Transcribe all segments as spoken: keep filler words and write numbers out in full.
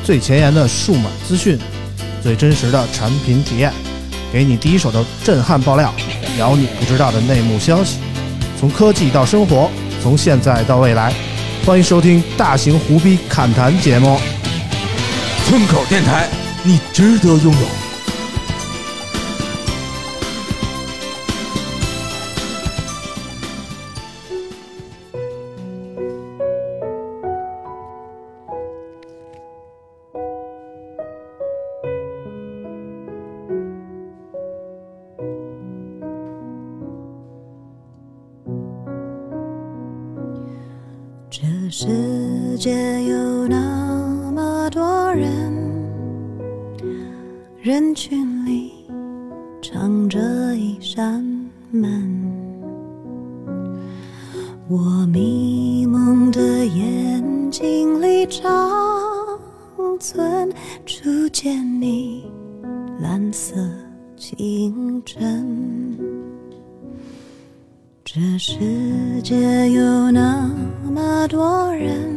最前沿的数码资讯，最真实的产品体验，给你第一手的震撼爆料，聊你不知道的内幕消息。从科技到生活，从现在到未来，欢迎收听大型胡逼侃谈节目。 村口电台，你值得拥有。 这世界有那么多人，人群里藏着一扇门，我迷蒙的眼睛里长存初见你蓝色清晨。这世界有那么多人，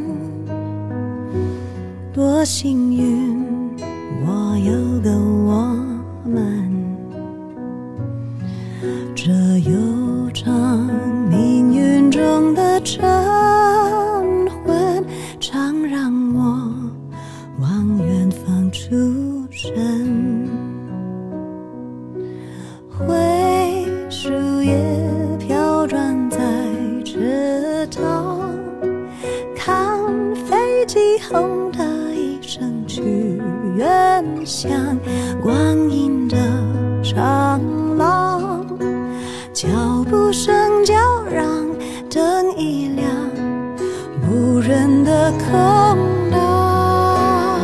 多幸运我有个我们，这悠长命运中的晨昏，常让我往远方出神。灰树叶飘转在池塘，看飞机轰的一声去远乡，光阴的长廊，脚步声叫嚷，灯一亮，无人的空荡，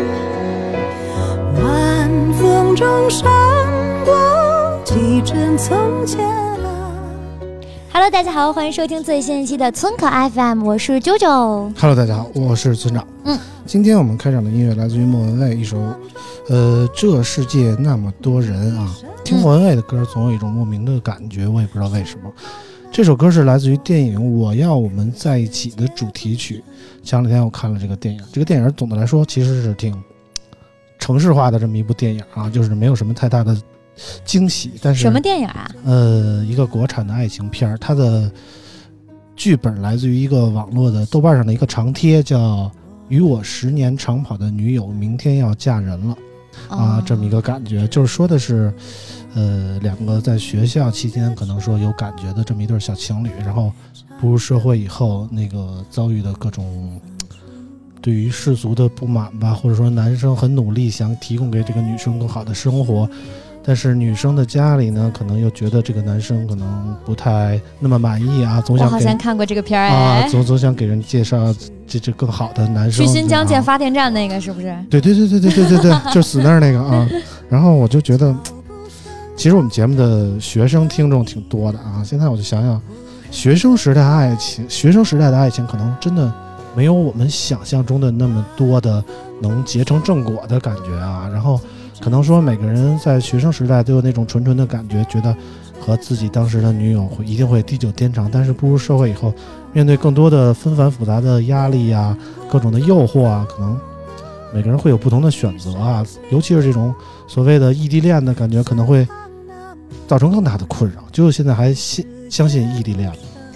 晚风中闪过几帧从前。 Hello， 大家好，欢迎收听最新一期的村口 F M， 我是九九。 Hello， 大家好，我是村长。 嗯， 今天我们开场的音乐来自于莫文蔚一首，呃，这世界那么多人啊。听莫文蔚的歌，总有一种莫名的感觉，我也不知道为什么。这首歌是来自于电影《我要我们在一起》的主题曲。前两天我看了这个电影，这个电影总的来说其实是挺城市化的这么一部电影啊，就是没有什么太大的惊喜。但是什么电影啊？ 呃，一个国产的爱情片，它的剧本来自于一个网络的豆瓣上的一个长贴，叫与我十年长跑的女友明天要嫁人了啊、哦，这么一个感觉，就是说的是呃两个在学校期间可能说有感觉的这么一对小情侣，然后步入社会以后那个遭遇的各种对于世俗的不满吧，或者说男生很努力想提供给这个女生更好的生活，但是女生的家里呢，可能又觉得这个男生可能不太那么满意啊，总想给我好像看过这个片儿、哎、 啊，总总想给人介绍这这更好的男生。 去新疆建发电站那个是不是？ 对对对对对对对对，就死那儿那个啊。然后我就觉得，其实我们节目的学生听众挺多的啊。现在我就想想，学生时代的爱情，学生时代的爱情可能真的没有我们想象中的那么多的能结成正果的感觉啊。然后可能说每个人在学生时代都有那种纯纯的感觉，觉得和自己当时的女友会一定会地久天长，但是步入社会以后，面对更多的纷繁复杂的压力啊，各种的诱惑啊，可能每个人会有不同的选择啊，尤其是这种所谓的异地恋的感觉，可能会造成更大的困扰。就现在还信相信异地恋吗？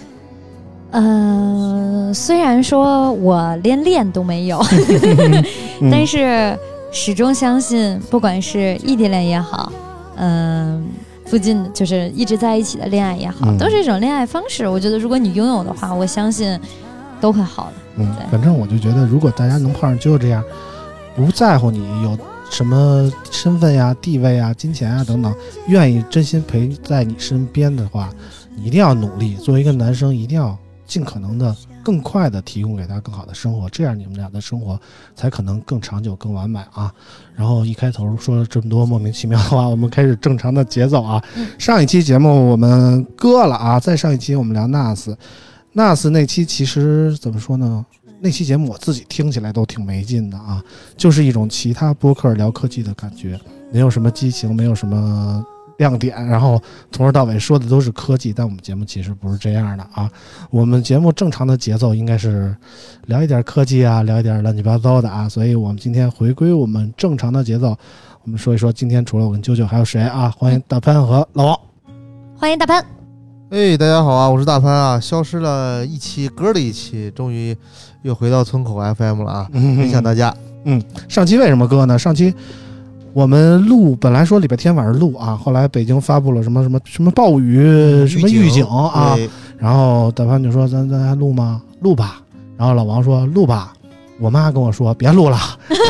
呃，虽然说我连恋都没有但是始终相信，不管是异地恋也好，嗯、呃，附近就是一直在一起的恋爱也好、嗯，都是一种恋爱方式。我觉得如果你拥有的话，我相信都会好的。 嗯，反正我就觉得，如果大家能碰上就这样，不在乎你有什么身份呀、地位啊、金钱啊等等，愿意真心陪在你身边的话，你一定要努力。作为一个男生，一定要尽可能的更快的提供给他更好的生活，这样你们俩的生活才可能更长久更完美啊。然后一开头说了这么多莫名其妙的话，我们开始正常的节奏啊。上一期节目我们割了啊，再上一期我们聊 N A S N A S 那期其实怎么说呢，那期节目我自己听起来都挺没劲的啊，就是一种其他播客聊科技的感觉，没有什么激情，没有什么亮点，然后从头到尾说的都是科技，但我们节目其实不是这样的啊。我们节目正常的节奏应该是聊一点科技啊，聊一点乱七八糟的啊，所以我们今天回归我们正常的节奏，我们说一说今天除了我跟啾啾还有谁啊？欢迎大潘和老王。 欢迎大潘。 哎，大家好啊，我是大潘啊，消失了一期歌的一期，终于又回到村口 F M 了啊，分享大家。 嗯，上期为什么歌呢？上期我们录本来说礼拜天晚上录啊，后来北京发布了什么什么什么暴雨什么预警啊，然后大潘就说咱咱还录吗？录吧。然后老王说录吧。我妈跟我说别录了，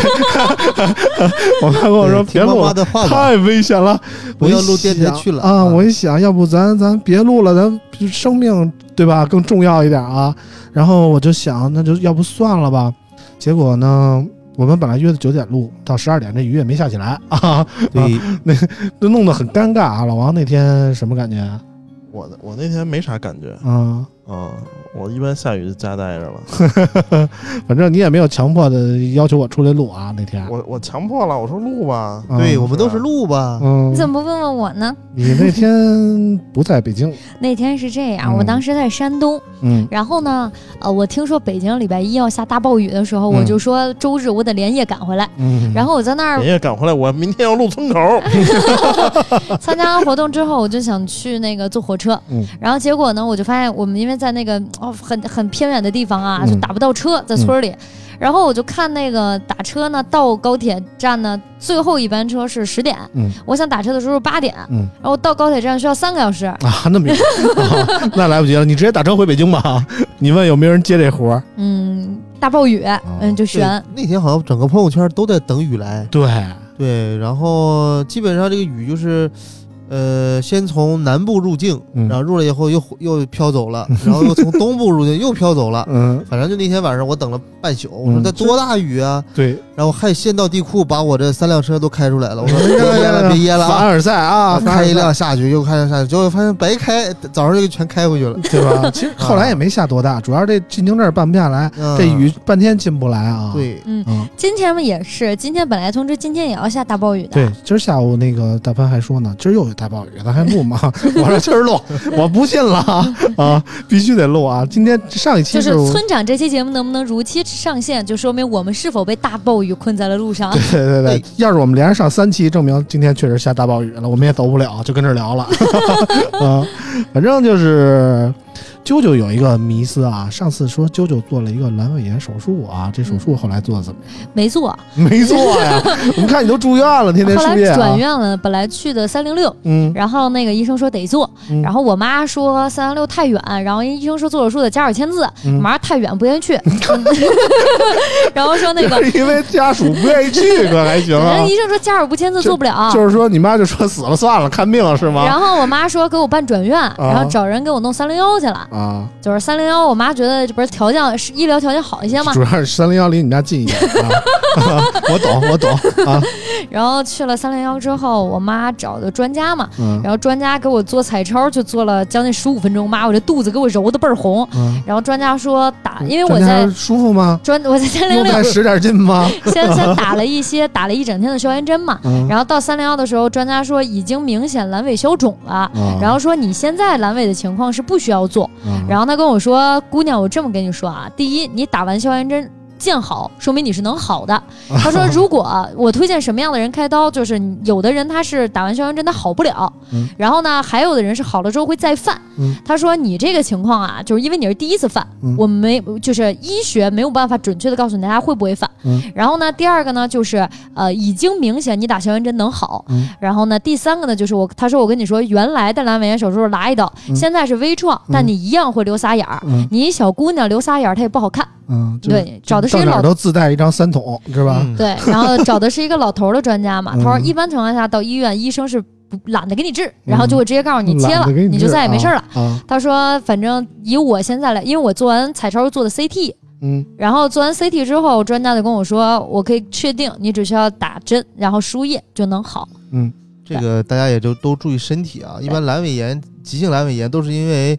我妈跟我说别录了，太危险了， 不要录电台去了啊！我一想，要不咱咱别录了，咱生命对吧更重要一点啊。然后我就想，那就要不算了吧。结果呢？我们本来约的九点录，到十二点，这雨也没下起来啊，对，那都弄得很尴尬啊。老王那天什么感觉？ 我的我那天没啥感觉， 嗯嗯，我一般下雨就家待着了。 反正你也没有强迫的要求我出来录啊，那天我我强迫了，我说录吧， 嗯、 对我们都是录吧。 嗯， 你怎么不问问我呢？ 你那天不在北京， 那天是这样， 嗯、 我当时在山东， 嗯， 然后呢，呃，我听说北京礼拜一要下大暴雨的时候，嗯、我就说周日我得连夜赶回来，嗯，然后我在那儿连夜赶回来，我明天要录村口。 参加完活动之后，我就想去那个坐火车， 嗯， 然后结果呢，我就发现我们因为在那个哦很很偏远的地方啊，就打不到车，在村里。嗯，然后我就看那个打车呢，到高铁站呢，最后一班车是十点，嗯，我想打车的时候八点，嗯，然后到高铁站需要三个小时啊， 那么远，哦，那来不及了，你直接打车回北京吧。你问有没有人接这活？ 嗯，大暴雨，嗯，就悬。 那天好像整个朋友圈都在等雨来， 对对，然后基本上这个雨就是。呃，先从南部入境， 嗯、 然后入了以后又又飘走了，然后又从东部入境又飘走了。嗯，反正就那天晚上我等了半宿，我说这多大雨啊！ 对， 然后还先到地库把我这三辆车都开出来了。我说别淹了，别淹了， 凡尔赛啊！ 开一辆下去，又开一辆下去，结果发现白开，早上就全开回去了， 对吧？其实后来也没下多大，主要这进京证办不下来， 嗯、 这雨半天进不来啊。 对， 嗯，嗯今天嘛也是，今天本来通知今天也要下大暴雨的。 对，今儿下午那个大潘还说呢，今儿又有大暴雨，咱还录吗？我说今儿录，我不信了啊！必须得录啊！今天上一期就是村长这期节目能不能如期上线，就说明我们是否被大暴雨困在了路上。 对对对，要是我们连着上三期，证明今天确实下大暴雨了，我们也走不了，就跟这儿聊了。啊，反正就是啾啾有一个迷思啊，上次说啾啾做了一个阑尾炎手术啊，这手术后来做的怎么样？ 没做， 没做呀！我们看你都住院了，天天输液、啊。 后来转院了，本来去的三零六，嗯，然后那个医生说得做，嗯、然后我妈说三零六太远，然后医生说做手术得家属签字，嗯、我妈太远不愿意去，然后说那个因为家属不愿意去，可还行啊。 医生说家属不签字做不了， 就是说你妈就说死了算了，看病是吗？ 然后我妈说给我办转院， 啊、 然后找人给我弄三零幺去了。啊，就是三零幺，我妈觉得这不是条件医疗条件好一些吗？ 主要是三零幺离你家近一点啊。我懂，我懂啊。 然后去了三零幺之后，我妈找的专家嘛，嗯、然后专家给我做彩超，就做了将近十五分钟。妈，我这肚子给我揉的倍儿红。嗯、然后专家说打，因为我在舒服吗？ 专我在三零六再使点劲吗？ 先先打了一些，打了一整天的消炎针嘛。嗯、然后到三零幺的时候，专家说已经明显阑尾消肿了，嗯、然后说你现在阑尾的情况是不需要做。嗯、然后他跟我说，姑娘，我这么跟你说啊，第一，你打完消炎针见好，说明你是能好的。他说，如果我推荐什么样的人开刀，就是有的人他是打完消炎针他好不了，嗯、然后呢，还有的人是好了之后会再犯。嗯、他说你这个情况啊，就是因为你是第一次犯，嗯、我们没就是医学没有办法准确的告诉你大家会不会犯。嗯、然后呢，第二个呢就是呃已经明显你打消炎针能好。嗯、然后呢，第三个呢就是我他说我跟你说，原来的阑尾炎手术是拉一刀，嗯、现在是微创，嗯、但你一样会留仨眼儿。嗯、你一小姑娘留仨眼儿，她也不好看。嗯，对，找的是一个老都自带一张三筒，是吧？ 嗯、对，然后找的是一个老头的专家嘛。他说，一般情况下到医院，医生是不懒得给你治，然后就会直接告诉你切了， 你, 你就再也没事了。 啊啊、 他说，反正以我现在来，因为我做完彩超做的 C T， 嗯，然后做完 C T 之后，专家就跟我说，我可以确定你只需要打针，然后输液就能好。 嗯，这个大家也就都注意身体啊。一般阑尾炎、急性阑尾炎都是因为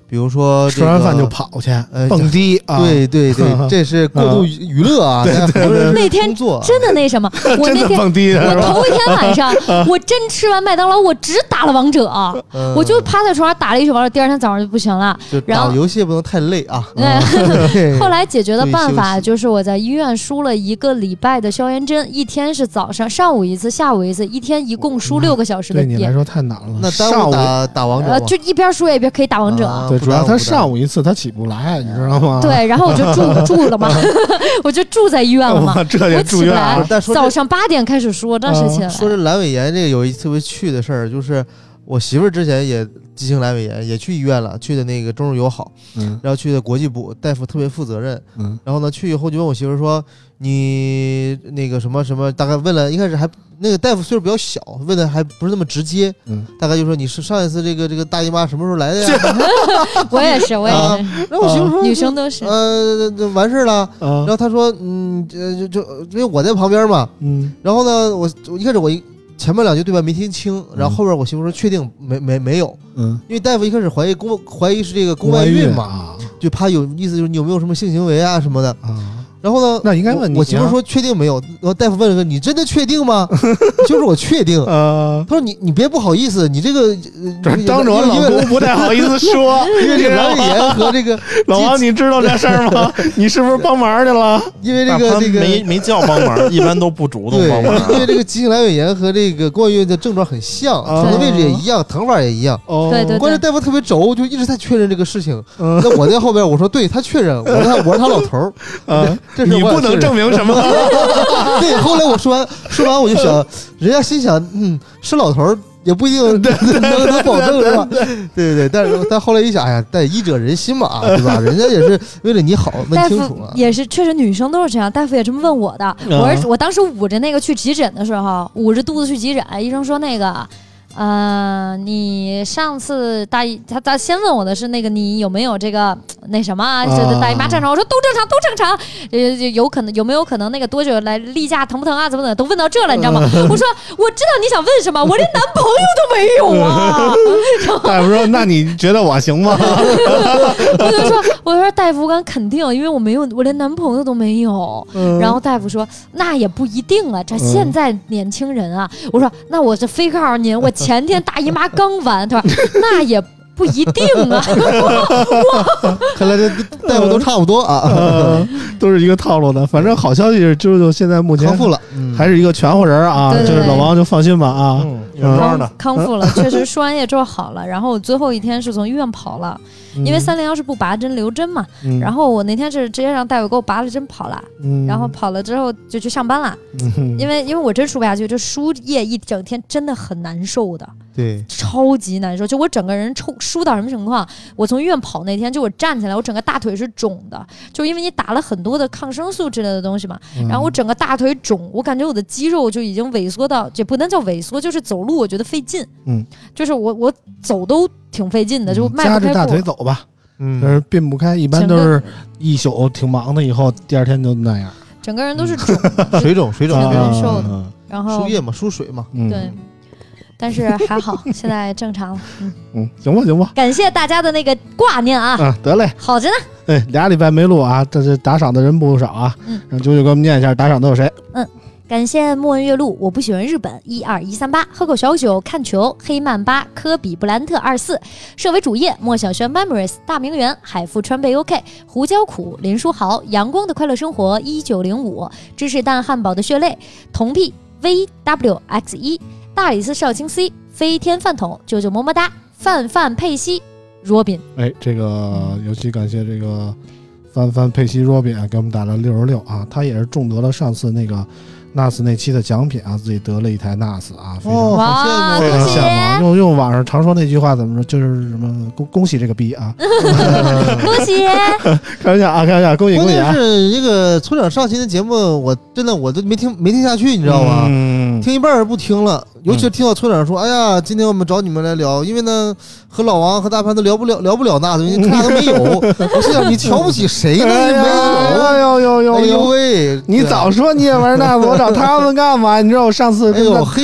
比如说、这个、 吃完饭就跑去、呃、蹦迪啊， 对对对，这是过度娱乐啊。 对对对， 那天真的那什么，我那天蹦迪我头一天晚上，我真吃完麦当劳，我只打了王者、啊嗯，我就趴在床上打了一宿王者，第二天早上就不行了。 就打游戏不能太累啊。 对，后来解决的办法就是我在医院输了一个礼拜的消炎针，一天是早上上午一次，下午一次，一天一共输六个小时的针。对你来说太难了。 那上午打打王者、呃， 就一边输也别可以打王者。 啊、 对，主要他上午一次他起不来，你知道吗？ 对，然后我就住住了嘛，我就住在医院了嘛， 这也住院、啊。 但说早上八点开始输，这谁起来？ 说这阑尾炎这个有一特别趣的事儿，就是我媳妇儿之前也急性阑尾炎，也去医院了，去的那个中日友好，嗯，然后去的国际部，大夫特别负责任，嗯，然后呢去以后就问我媳妇儿说，你那个什么什么，大概问了，一开始还那个大夫岁数比较小，问的还不是那么直接，嗯，大概就说你是上一次这个这个大姨妈什么时候来的呀？ 我也是，我也是。啊、 然后我媳妇说、 啊，女生都是， 呃，完事了。啊、然后她说，嗯，就就因为我在旁边嘛，嗯，然后呢，我我一开始我一。前面两句对吧没听清，然后后边我媳妇说确定没没没有，嗯，因为大夫一开始怀疑宫怀疑是这个宫外孕嘛，啊、就怕有意思就是你有没有什么性行为啊什么的，啊，然后呢， 那应该问你、啊， 我媳妇说确定没有，然后大夫问了个你真的确定吗？就是我确定，呃，他说你你别不好意思，你这个这当着我老公不太好意思说， 因为这个阑尾炎和这个老王你知道这事儿吗？你是不是帮忙去了？ 因为这个这个没没叫帮忙，一般都不主动帮忙。 因为这个急性阑尾炎和这个宫外孕的症状很像，疼的位置也一样，疼法也一样。 哦，对对。 关键大夫特别轴，就一直在确认这个事情。那我在后边我说对他确认，我说他我是他老头儿， 啊，这是你不能证明什么。 对，后来我说完说完我就想，人家心想，嗯，是老头儿。也不一定能能保证是吧？对对对，但是但后来一想，哎呀，但医者仁心嘛，对吧？人家也是为了你好，问清楚了。 也是，确实女生都是这样。大夫也这么问我的。我是我当时捂着那个去急诊的时候，捂着肚子去急诊，医生说那个。呃，你上次大姨他他先问我的是那个你有没有这个那什么啊？这大姨妈正常，我说都正常，都正常。呃，有可能有没有可能那个多久来例假疼不疼啊？怎么怎么都问到这了，你知道吗？我说我知道你想问什么，我连男朋友都没有啊。 大夫说，那你觉得我行吗？ 我就说我说大夫，我敢肯定，因为我没有，我连男朋友都没有。嗯、然后大夫说那也不一定啊，这现在年轻人啊。嗯、我说那我这非告诉您我。前天大姨妈刚完，他说那也不一定啊。 看来这大夫都差不多啊、 呃，都是一个套路的。反正好消息是，就是现在目前康复了， 还是一个全乎人啊。 对对对， 就是老王就放心吧啊， 嗯康康复了，确实输完液之后好了。然后我最后一天是从医院跑了，因为三零幺是不拔针留针嘛。嗯、然后我那天是直接让大夫给我拔了针跑了，嗯、然后跑了之后就去上班了。嗯、因为因为我真输不下去，这输液一整天真的很难受的。 对， 超级难受，就我整个人抽输到什么情况？我从医院跑那天，就我站起来，我整个大腿是肿的，就因为你打了很多的抗生素之类的东西嘛，嗯、然后我整个大腿肿，我感觉我的肌肉就已经萎缩到，也不能叫萎缩，就是走路我觉得费劲，嗯，就是我我走都挺费劲的，就迈不开步。 夹着大腿走吧，嗯，但是并不开，一般都是一宿挺忙的，以后第二天就那样， 整个人都是肿的， 水肿水肿， 挺难受的，然后输液嘛，输水嘛， 嗯、 对。但是还好，现在正常了。嗯嗯，行吧行吧， 感谢大家的那个挂念啊！ 啊，得嘞， 好着呢。 哎，俩礼拜没录啊，这是打赏的人不少啊。嗯，让九九给我们念一下打赏都有谁？ 嗯，感谢莫问月露，我不喜欢日本一二一三八，喝口小酒看球，黑曼巴，科比布兰特二四，设为主页，莫小轩 Memories， 大明园，海富川贝 OK， 胡椒苦，林书豪，阳光的快乐生活一九零五，芝士蛋汉堡的血泪，铜币 V W X 一。大理寺少卿 C 飞天饭桶舅舅么么哒范范佩西 Robin， 哎，这个尤其感谢这个范范佩西 Robin 啊，给我们打了六十六啊，他也是中得了上次那个 N A S 那期的奖品啊，自己得了一台 N A S 啊，非常、 哦、好羡慕， 非常羡慕。用用网上常说那句话怎么说，就是什么恭恭喜这个逼啊， 恭喜！ 开玩笑啊，开玩笑，恭喜恭喜啊！ 关键是这个村长上期的节目，我真的我都没听没听下去，你知道吗？嗯、听一半不听了。尤其是听到村长说、嗯、哎呀今天我们找你们来聊，因为呢和老王和大潘都聊不了聊不了那东西，那都没有。我心想你瞧不起谁呢？你没有， 哎呦呦呦哎呦喂， 你早说你也玩那，我找他们干嘛？你知道我上次哎呦黑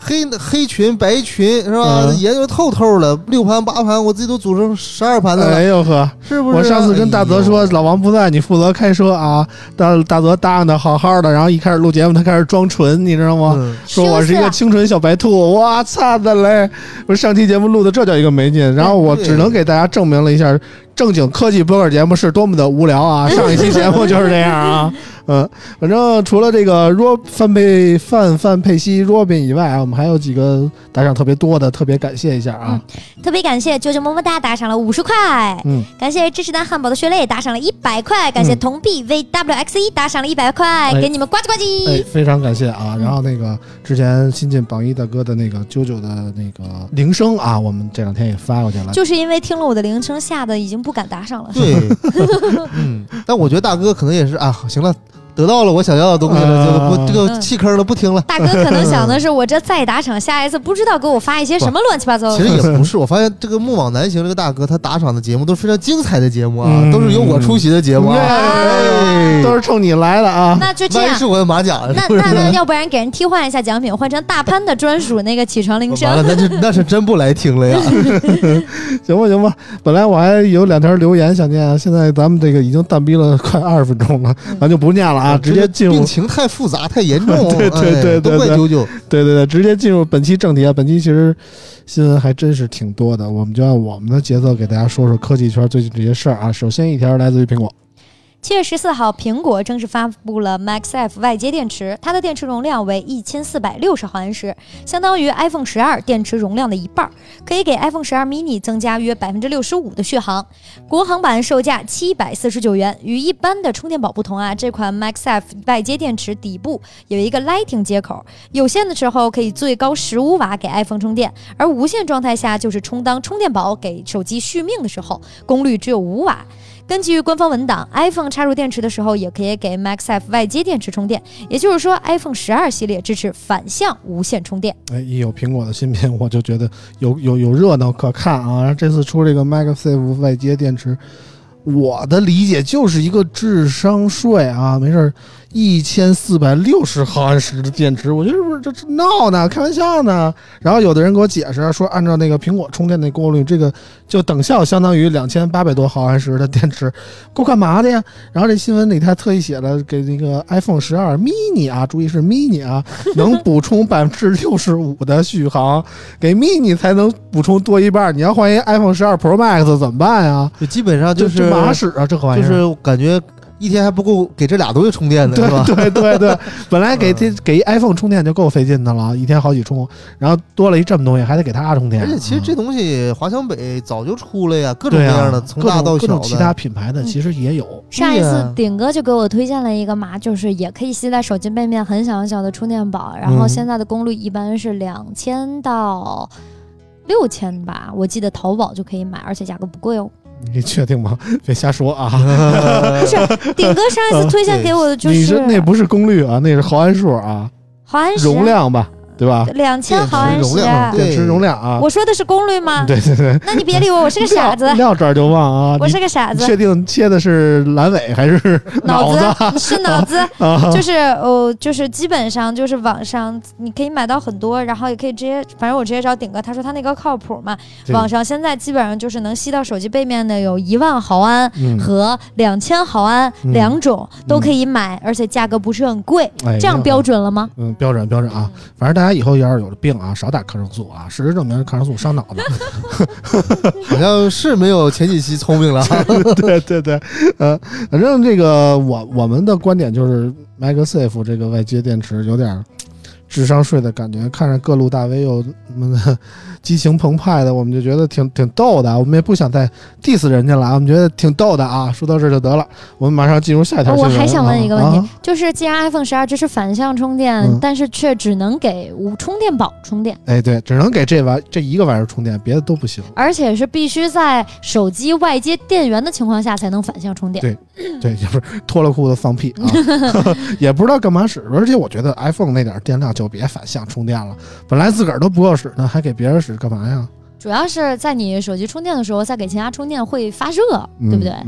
黑黑群白群是吧？嗯、研究透透了，六盘八盘，我自己都组成十二盘的了。 哎呦呵， 是不是？ 我上次跟大泽说，哎、老王不在，你负责开车啊。大大泽答应的好好的，然后一开始录节目，他开始装纯，你知道吗？嗯、说我是一个清纯小白兔，我操的嘞！我上期节目录的这叫一个没劲，然后我只能给大家证明了一下。正经科技播客节目是多么的无聊啊！上一期节目就是这样啊，嗯，反正除了这个若范佩范范佩西 Robin 以外啊，我们还有几个打赏特别多的，特别感谢一下啊！ 嗯、特别感谢啾啾么么哒打赏了五十块，嗯，感谢芝士蛋汉堡的血泪打赏了一百块，感谢铜币 V W X 一打赏了一百块，嗯、给你们呱唧呱唧！ 哎，非常感谢啊！然后那个之前新进榜一大哥的那个啾啾的那个铃声啊，我们这两天也发过去了， 就是因为听了我的铃声，吓得已经不敢打赏了。 对，嗯，但我觉得大哥可能也是啊，行了。得到了我想要的东西了，这个不这个弃坑了，不听了。 大哥可能想的是，我这再打赏，下一次不知道给我发一些什么乱七八糟的。 其实也不是，我发现这个木网南行这个大哥，他打赏的节目都是非常精彩的节目啊，嗯、都是由我出席的节目啊， 哎、都是冲你来的啊。 那就这样， 万一是我的马甲， 那那那要不然给人替换一下奖品，换成大潘的专属那个起床铃声。 完了，那就那是真不来听了呀。 行吧行吧，本来我还有两条留言想念，现在咱们这个已经淡逼了快二十分钟了，咱就不念了啊，嗯、直接进入。 病情太复杂太严重， 对对对对对， 都怪啾啾。 对对对，直接进入本期正题啊！本期其实新闻还真是挺多的，我们就按我们的节奏给大家说说科技圈最近这些事儿啊。首先一条来自于苹果。 七月十四号，苹果正式发布了 MagSafe 外接电池，它的电池容量为一千四百六十毫安时，相当于 iPhone 十二电池容量的一半，可以给 iPhone 十二 mini 增加约 百分之六十五 的续航。国行版售价七百四十九元。与一般的充电宝不同啊，这款 MagSafe 外接电池底部有一个 Lightning 接口，有线的时候可以最高十五瓦给 iPhone 充电，而无线状态下就是充当充电宝给手机续命的时候，功率只有五瓦。根据官方文档 ，iPhone 插入电池的时候也可以给 MagSafe 外接电池充电，也就是说 iPhone 十二系列支持反向无线充电。 哎，一有苹果的新品，我就觉得有有有热闹可看啊！这次出这个 MagSafe 外接电池，我的理解就是一个智商税啊，没事，一千四百六十毫安时的电池，我觉得不是这这闹呢，开玩笑呢。然后有的人给我解释说，按照那个苹果充电的功率，这个就等效相当于两千八百多毫安时的电池，够干嘛的呀？然后这新闻里他特意写了，给那个 iPhone 十二 mini 啊，注意是 mini 啊，能补充百分之六十五的续航，给 mini 才能补充多一半。你要换一 iPhone 十二 Pro Max 怎么办呀？ 就基本上就是就马使啊，这个玩意儿就是感觉。一天还不够给这俩东西充电的， 对是吧？ 对对对，本来给这给 iPhone 充电就够费劲的了，一天好几充，然后多了一这么东西，还得给它充电。 而且其实这东西华强北早就出了呀，各种各样的，从大到小的， 各种其他品牌的其实也有。 上一次顶哥就给我推荐了一个嘛，就是也可以吸在手机背面，很小很小的充电宝，然后现在的功率一般是两千到六千吧，我记得淘宝就可以买，而且价格不贵哦。 你确定吗？别瞎说啊！ 不是，顶哥上一次推荐给我的就是， 你是那不是功率啊，那是毫安数啊， 毫安时容量吧。对吧？ 两千毫安时， 电池容量啊！ 我说的是功率吗？ 对对对。 那你别理我，我是个傻子。 撂这儿就忘啊！ 我是个傻子。 确定切的是阑尾还是脑子？ 脑子是脑子，就是哦，就是基本上就是网上你可以买到很多，然后也可以直接，反正我直接找顶哥，他说他那个靠谱嘛。网上现在基本上就是能吸到手机背面的有一万毫安和两千毫安两种都可以买，而且价格不是很贵，这样标准了吗？ 嗯，标准标准啊！反正大家以后要是有了病啊，少打抗生素啊。事实证明，抗生素伤脑子， 好像是没有前几期聪明了。 对对对，呃，反正这个我我们的观点就是 MagSafe 这个外接电池有点智商税的感觉，看着各路大 V 又激情澎湃的，我们就觉得挺挺逗的。我们也不想再 diss 人家了，我们觉得挺逗的啊。说到这就得了，我们马上进入下一条新闻。 我还想问一个问题， 啊、 就是既然 iPhone 十二支持反向充电、嗯，但是却只能给无充电宝充电。 哎，对，只能给这玩这一个玩意儿充电，别的都不行。 而且是必须在手机外接电源的情况下才能反向充电。 对对，就是脱了裤子放屁啊，也不知道干嘛使。而且我觉得 iPhone 那点电量就别反向充电了，本来自个儿都不够使呢，还给别人使干嘛呀？ 主要是在你手机充电的时候再给其他充电会发热、嗯、对不对？ 嗯，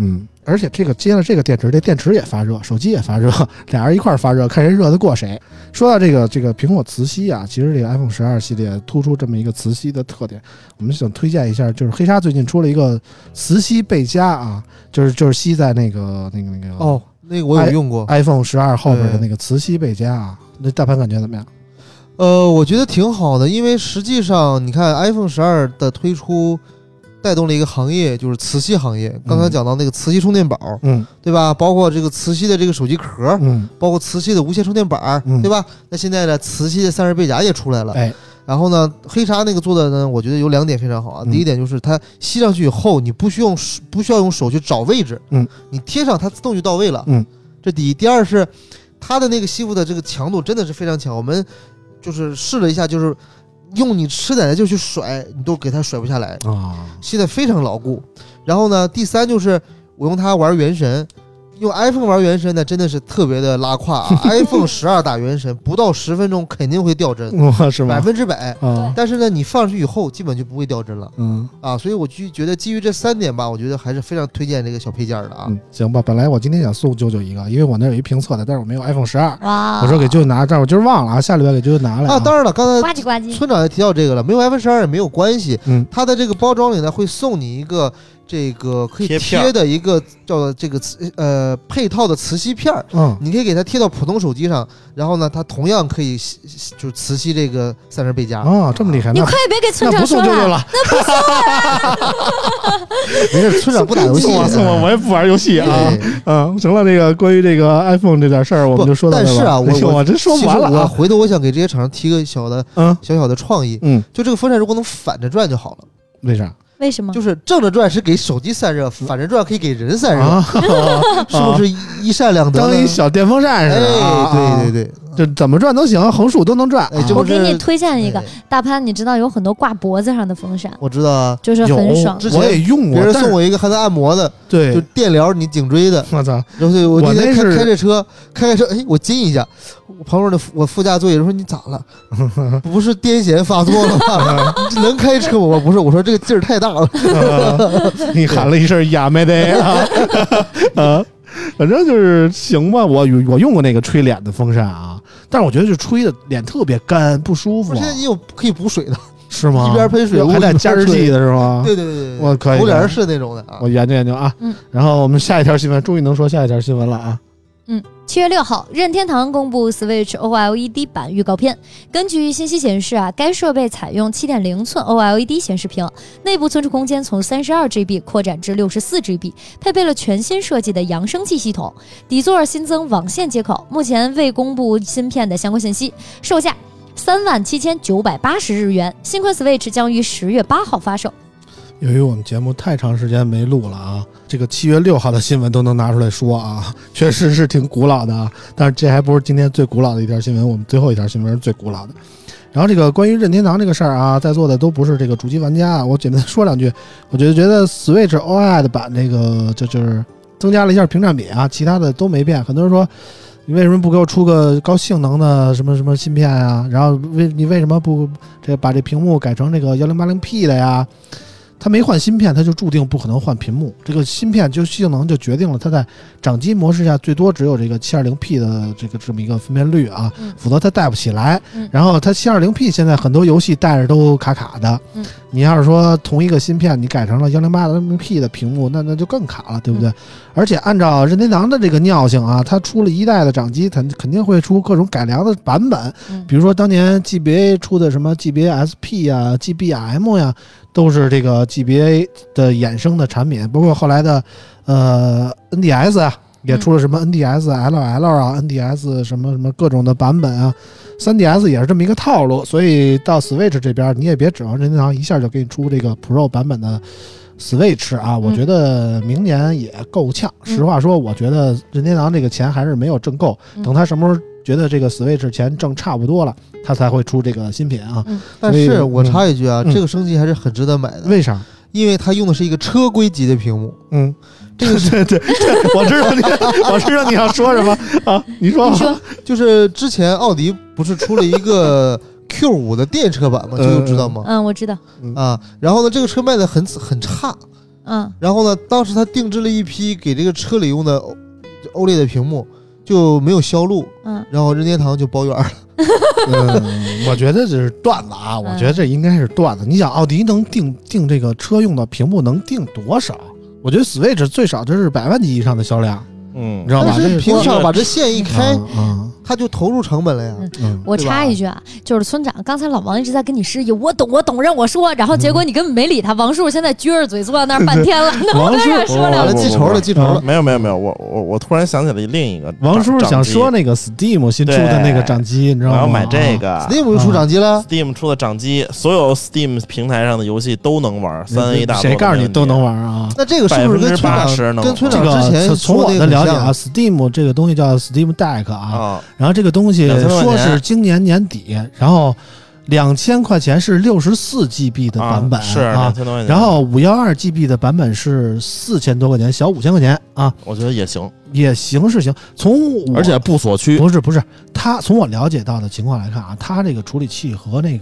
而且这个接了这个电池，这电池也发热，手机也发热，俩人一块发热，看谁热得过谁。说到这个这个苹果磁吸啊，其实这个 iPhone 十二系列突出这么一个磁吸的特点，我们想推荐一下，就是黑鲨最近出了一个磁吸倍加啊，就是就是吸在那个那个那个哦，那个我有用过 iPhone 十二后边的那个磁吸倍加啊，那大盘感觉怎么样？ 呃，我觉得挺好的，因为实际上你看 iPhone 十二的推出带动了一个行业，就是磁吸行业。刚刚讲到那个磁吸充电宝，嗯，对吧？包括这个磁吸的这个手机壳，嗯，包括磁吸的无线充电板，嗯，对吧？那现在呢，磁吸的散热背夹也出来了，哎，然后呢，黑鲨那个做的呢，我觉得有两点非常好啊。嗯、第一点就是它吸上去以后，你不需要不需要用手去找位置，嗯，你贴上它自动就到位了，嗯，这第一。第二是它的那个吸附的这个强度真的是非常强，我们就是试了一下，就是用你吃奶奶就去甩，你都给它甩不下来啊，吸得非常牢固。然后呢，第三就是我用它玩原神。用 iPhone 玩原神呢，真的是特别的拉胯啊！iPhone 十二打原神不到十分钟肯定会掉帧， 哇，是吗？ 百分之百啊！但是呢，你放上去以后基本就不会掉帧了，嗯啊，所以我就觉得基于这三点吧，我觉得还是非常推荐这个小配件的啊。 嗯，行吧，本来我今天想送舅舅一个，因为我那有一评测的，但是我没有 iPhone 十二，哇，我说给舅舅拿，但是我今儿忘了啊，下礼拜给舅舅拿来啊。当然了，刚才呱唧呱唧， 村长也提到这个了，没有 iPhone 十二也没有关系，嗯，它的这个包装里呢会送你一个。这个可以贴的一个叫这个磁呃配套的磁吸片儿，嗯，你可以给它贴到普通手机上，然后呢，它同样可以就是磁吸这个散热背夹。 哦，这么厉害！ 你快别给村长说了，了那不送了。 没事，村长不打游戏， 送我送我，我也不玩游戏啊。嗯，行了，这个关于这个 iPhone 这点事儿，我们就说到这了。但是啊，我我真说不完了。 我回头我想给这些厂商提个小的嗯小小的创意，嗯，就这个风扇如果能反着转就好了。 为啥？ 为什么？ 就是正着转是给手机散热，反着转可以给人散热，啊、是不是一善两得？ 当一小电风扇似的。 哎，对对对， 就怎么转都行，横竖都能转。 哎、 我给你推荐一个，大潘，你知道有很多挂脖子上的风扇？ 我知道啊， 就是很爽。 我也用过， 别人送我一个还在按摩的，对，就电疗你颈椎的。 我操！ 然后我那天开开着车，开开车，哎，我惊一下，我旁边的我副驾座椅说你咋了？不是癫痫发作了吗？能开车吗？我不是，我说这个劲儿太大。 呃、你喊了一声亚美得啊，啊，反正就是行吧。我我用过那个吹脸的风扇啊，但是我觉得就吹的脸特别干，不舒服。 现在你有可以补水的， 是吗？ 一边喷水， 还带加湿器的是吗？ 对对对对， 我可以。 补脸是那种的啊， 我研究研究啊。嗯，然后我们下一条新闻，终于能说下一条新闻了啊。 嗯，七月六号，任天堂公布 Switch O L E D 版预告片。根据信息显示啊，该设备采用 七点零寸 O L E D 显示屏，内部存储空间从 三十二 G B 扩展至 六十四 G B， 配备了全新设计的扬声器系统，底座新增网线接口，目前未公布芯片的相关信息。售价三万七千九百八十日元，新款 Switch 将于十月八号发售。 由于我们节目太长时间没录了啊，这个七月六号的新闻都能拿出来说啊，确实是挺古老的啊。但是这还不是今天最古老的一条新闻，我们最后一条新闻是最古老的。然后这个关于任天堂这个事儿啊，在座的都不是这个主机玩家啊，我简单说两句。我觉得觉得 Switch O L E D 版这个就就是增加了一下屏占比啊，其他的都没变。很多人说你为什么不给我出个高性能的什么什么芯片啊？然后为你为什么不这把这屏幕改成这个一零八零 P 的呀？它没换芯片，它就注定不可能换屏幕。这个芯片就性能就决定了它在掌机模式下最多只有这个 七二零 P 的这个这么一个分辨率啊，嗯、否则它带不起来。嗯、然后它 七二零 P 现在很多游戏带着都卡卡的。嗯、你要是说同一个芯片你改成了一零八零 P 的屏幕，那那就更卡了，对不对？嗯、而且按照任天堂的这个尿性啊，它出了一代的掌机，它肯定会出各种改良的版本。嗯、比如说当年 G B A 出的什么 G B A S P 啊、G B M 呀。都是这个 G B A 的衍生的产品，包括后来的呃 N D S 啊，也出了什么 N D S L L 啊、嗯、N D S 什么什么各种的版本啊， 三 D S 也是这么一个套路。所以到 Switch 这边，你也别指望任天堂一下就给你出这个 Pro 版本的 Switch 啊，我觉得明年也够呛。嗯、实话说，我觉得任天堂这个钱还是没有挣够，嗯、等他什么时候觉得这个 Switch 钱挣差不多了，他才会出这个新品啊。 嗯、但是我插一句啊，嗯、这个升级还是很值得买的。 为啥？ 因为它用的是一个车规级的屏幕。 嗯，这个是对对，我知道你，我知道你要说什么啊？你说， 你说， 就是之前奥迪不是出了一个 Q 五 的电车版吗？这个知道吗？ 嗯，我知道。 啊，然后呢，这个车卖的很很差。 嗯， 然后呢，当时他定制了一批给这个车里用的欧欧雷的屏幕，就没有销路， 嗯， 然后任天堂就包圆了。 嗯，我觉得这是段子啊，我觉得这应该是段子。你想，奥迪能定定这个车用的屏幕能定多少？我觉得 Switch 最少这是百万级以上的销量， 嗯， 你知道吧？ 但是屏上把这这线一开， 嗯嗯他就投入成本了呀。 嗯， 我插一句啊，就是村长，刚才老王一直在跟你示意，我懂我懂，让我说，然后结果你根本没理他。王叔现在撅着嘴坐在那儿半天了，能不能让说两句？ 记仇了，记仇了。 没有没有没有，我我我突然想起了另一个， 王叔想说那个 Steam 新出的那个掌机，你知道吗？ 我要买这个 Steam 又出掌机了 ，Steam 出的掌机，所有 Steam 平台上的游戏都能玩，三 A 大作。 谁告诉你都能玩啊？ 那这个是不是跟村长跟村长之前从我的了解啊 ，Steam 这个东西叫 Steam Deck 啊，然后这个东西说是今年年底，然后两千块钱是六十四 G B 的版本， 啊、是啊，然后五幺二 G B 的版本是四千多块钱，小五千块钱啊， 我觉得也行， 也行是行。从而且不锁区， 不是不是，它从我了解到的情况来看啊，它这个处理器和那个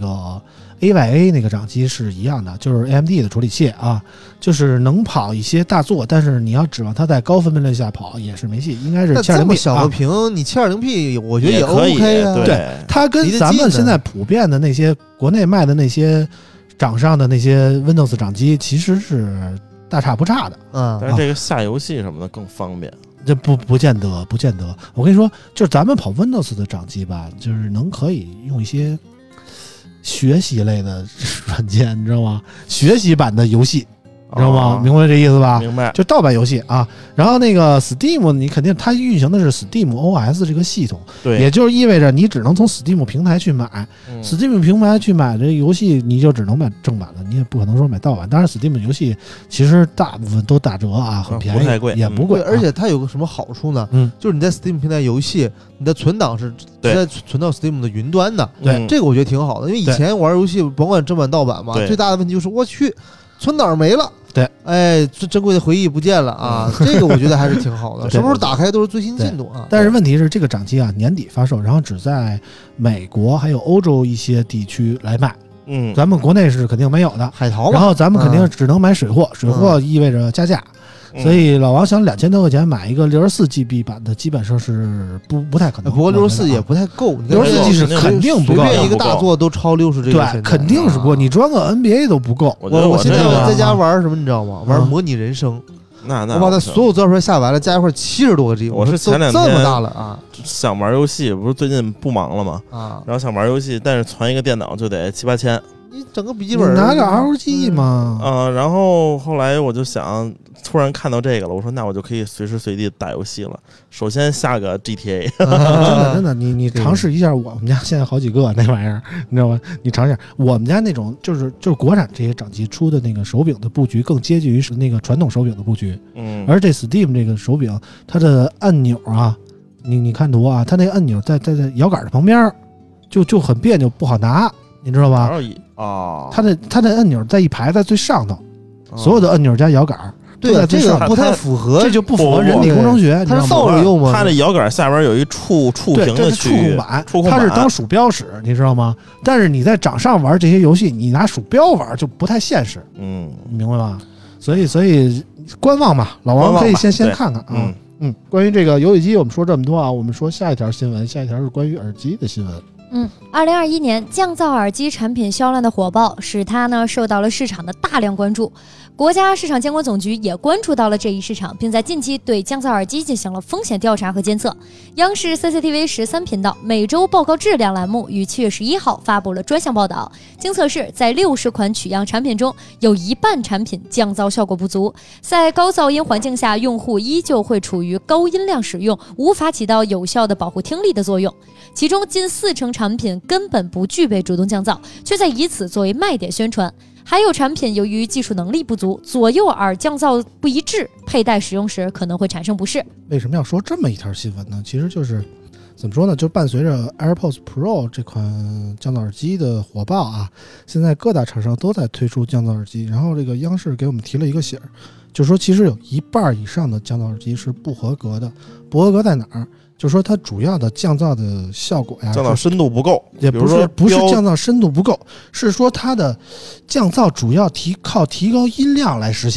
A Y A 那个掌机是一样的，就是 A M D 的处理器啊，就是能跑一些大作，但是你要指望它在高分辨率下跑也是没戏，应该是 七二零 P 小的屏，啊、你 七二零 P 我觉得也 OK 啊。 对，它跟咱们现在普遍的那些国内卖的那些掌上的那些 Windows 掌机其实是大差不差的。 嗯， 但是这个下游戏什么的更方便。 这不不见得，不见得。我跟你说，就是咱们跑 Windows 的掌机吧，就是能可以用一些学习类的软件，你知道吗？学习版的游戏，你知道吗？哦、明白这意思吧？ 明白。 就盗版游戏啊。然后那个 Steam， 你肯定它运行的是 Steam O S 这个系统， 对， 也就是意味着你只能从 Steam 平台去买、嗯、，Steam 平台去买这个游戏，你就只能买正版的，你也不可能说买盗版。当然 ，Steam 游戏其实大部分都打折啊，很便宜， 不太贵， 也不贵、 嗯。而且它有个什么好处呢？嗯，就是你在 Steam 平台游戏，你的存档是直接存到 Steam 的云端的。 对， 这个我觉得挺好的，因为以前玩游戏甭管正版盗版嘛，最大的问题就是我去存档没了。 对， 哎，这珍贵的回忆不见了啊！嗯、这个我觉得还是挺好的，什么时候打开都是最新进度啊。 但是问题是，这个掌机啊年底发售，然后只在美国还有欧洲一些地区来卖。 嗯， 咱们国内是肯定没有的， 海淘。 然后咱们肯定只能买水货，嗯、水货意味着加价。嗯、所以老王想两千多块钱买一个六十四 G B 版的，基本上是不不太可能。 不过六十四也不太够， 六十四 G 是肯定不够， 随便一个大作都超六十这个。 对，肯定是不够。你装个 N B A 都不够。 我我我现在在家玩什么，你知道吗？玩模拟人生。 那那我把它所有资料片下完了，加一块七十多个 G。 我是前两天这么大了啊， 想玩游戏，不是最近不忙了吗？啊，然后想玩游戏，但是攒一个电脑就得七八千。 你整个笔记本拿个 R O G 嘛， 嗯、呃，然后后来我就想，突然看到这个了，我说那我就可以随时随地打游戏了。首先下个 G T A，、 啊、真的真的，你你尝试一下，我们家现在好几个那玩意儿，你知道吗？你尝试一下，我们家那种就是就是国产这些掌机出的那个手柄的布局，更接近于是那个传统手柄的布局。 嗯， 而这 Steam 这个手柄，它的按钮啊，你你看图啊，它那个按钮在在在摇杆的旁边，就就很别扭，不好拿。你知道吧？ 哦， 它的它的按钮在一排在最上头，哦、所有的按钮加摇杆， 对啊，这个不太符合， 这就不符合人体工程学。 它是倒着用吗？ 它的摇杆下边有一触触屏的区域， 触控板，它是当鼠标使，你知道吗？但是你在掌上玩这些游戏，你拿鼠标玩就不太现实。 嗯， 你明白吧？所以所以观望吧，老王可以先先看看啊。嗯嗯，关于这个游戏机，我们说这么多啊，我们说下一条新闻，下一条是关于耳机的新闻。 嗯，二零二一年降噪耳机产品销量的火爆，使它呢受到了市场的大量关注。国家市场监管总局也关注到了这一市场，并在近期对降噪耳机进行了风险调查和监测。央视 C C T V 十三频道每周报告质量栏目于七月十一号发布了专项报道，经测试，在六十款取样产品中，有一半产品降噪效果不足，在高噪音环境下，用户依旧会处于高音量使用，无法起到有效的保护听力的作用。其中近四成产品根本不具备主动降噪，却在以此作为卖点宣传。还有产品由于技术能力不足，左右耳降噪不一致，佩戴使用时可能会产生不适。 为什么要说这么一条新闻呢？其实就是怎么说呢，就伴随着 AirPods Pro 这款降噪耳机的火爆啊，现在各大厂商都在推出降噪耳机。然后这个央视给我们提了一个醒，就是说其实有一半以上的降噪耳机是不合格的。不合格在哪儿？就是说它主要的降噪的效果呀， 降噪深度不够， 也不是不是降噪深度不够，是说它的降噪主要提靠提高音量来实现。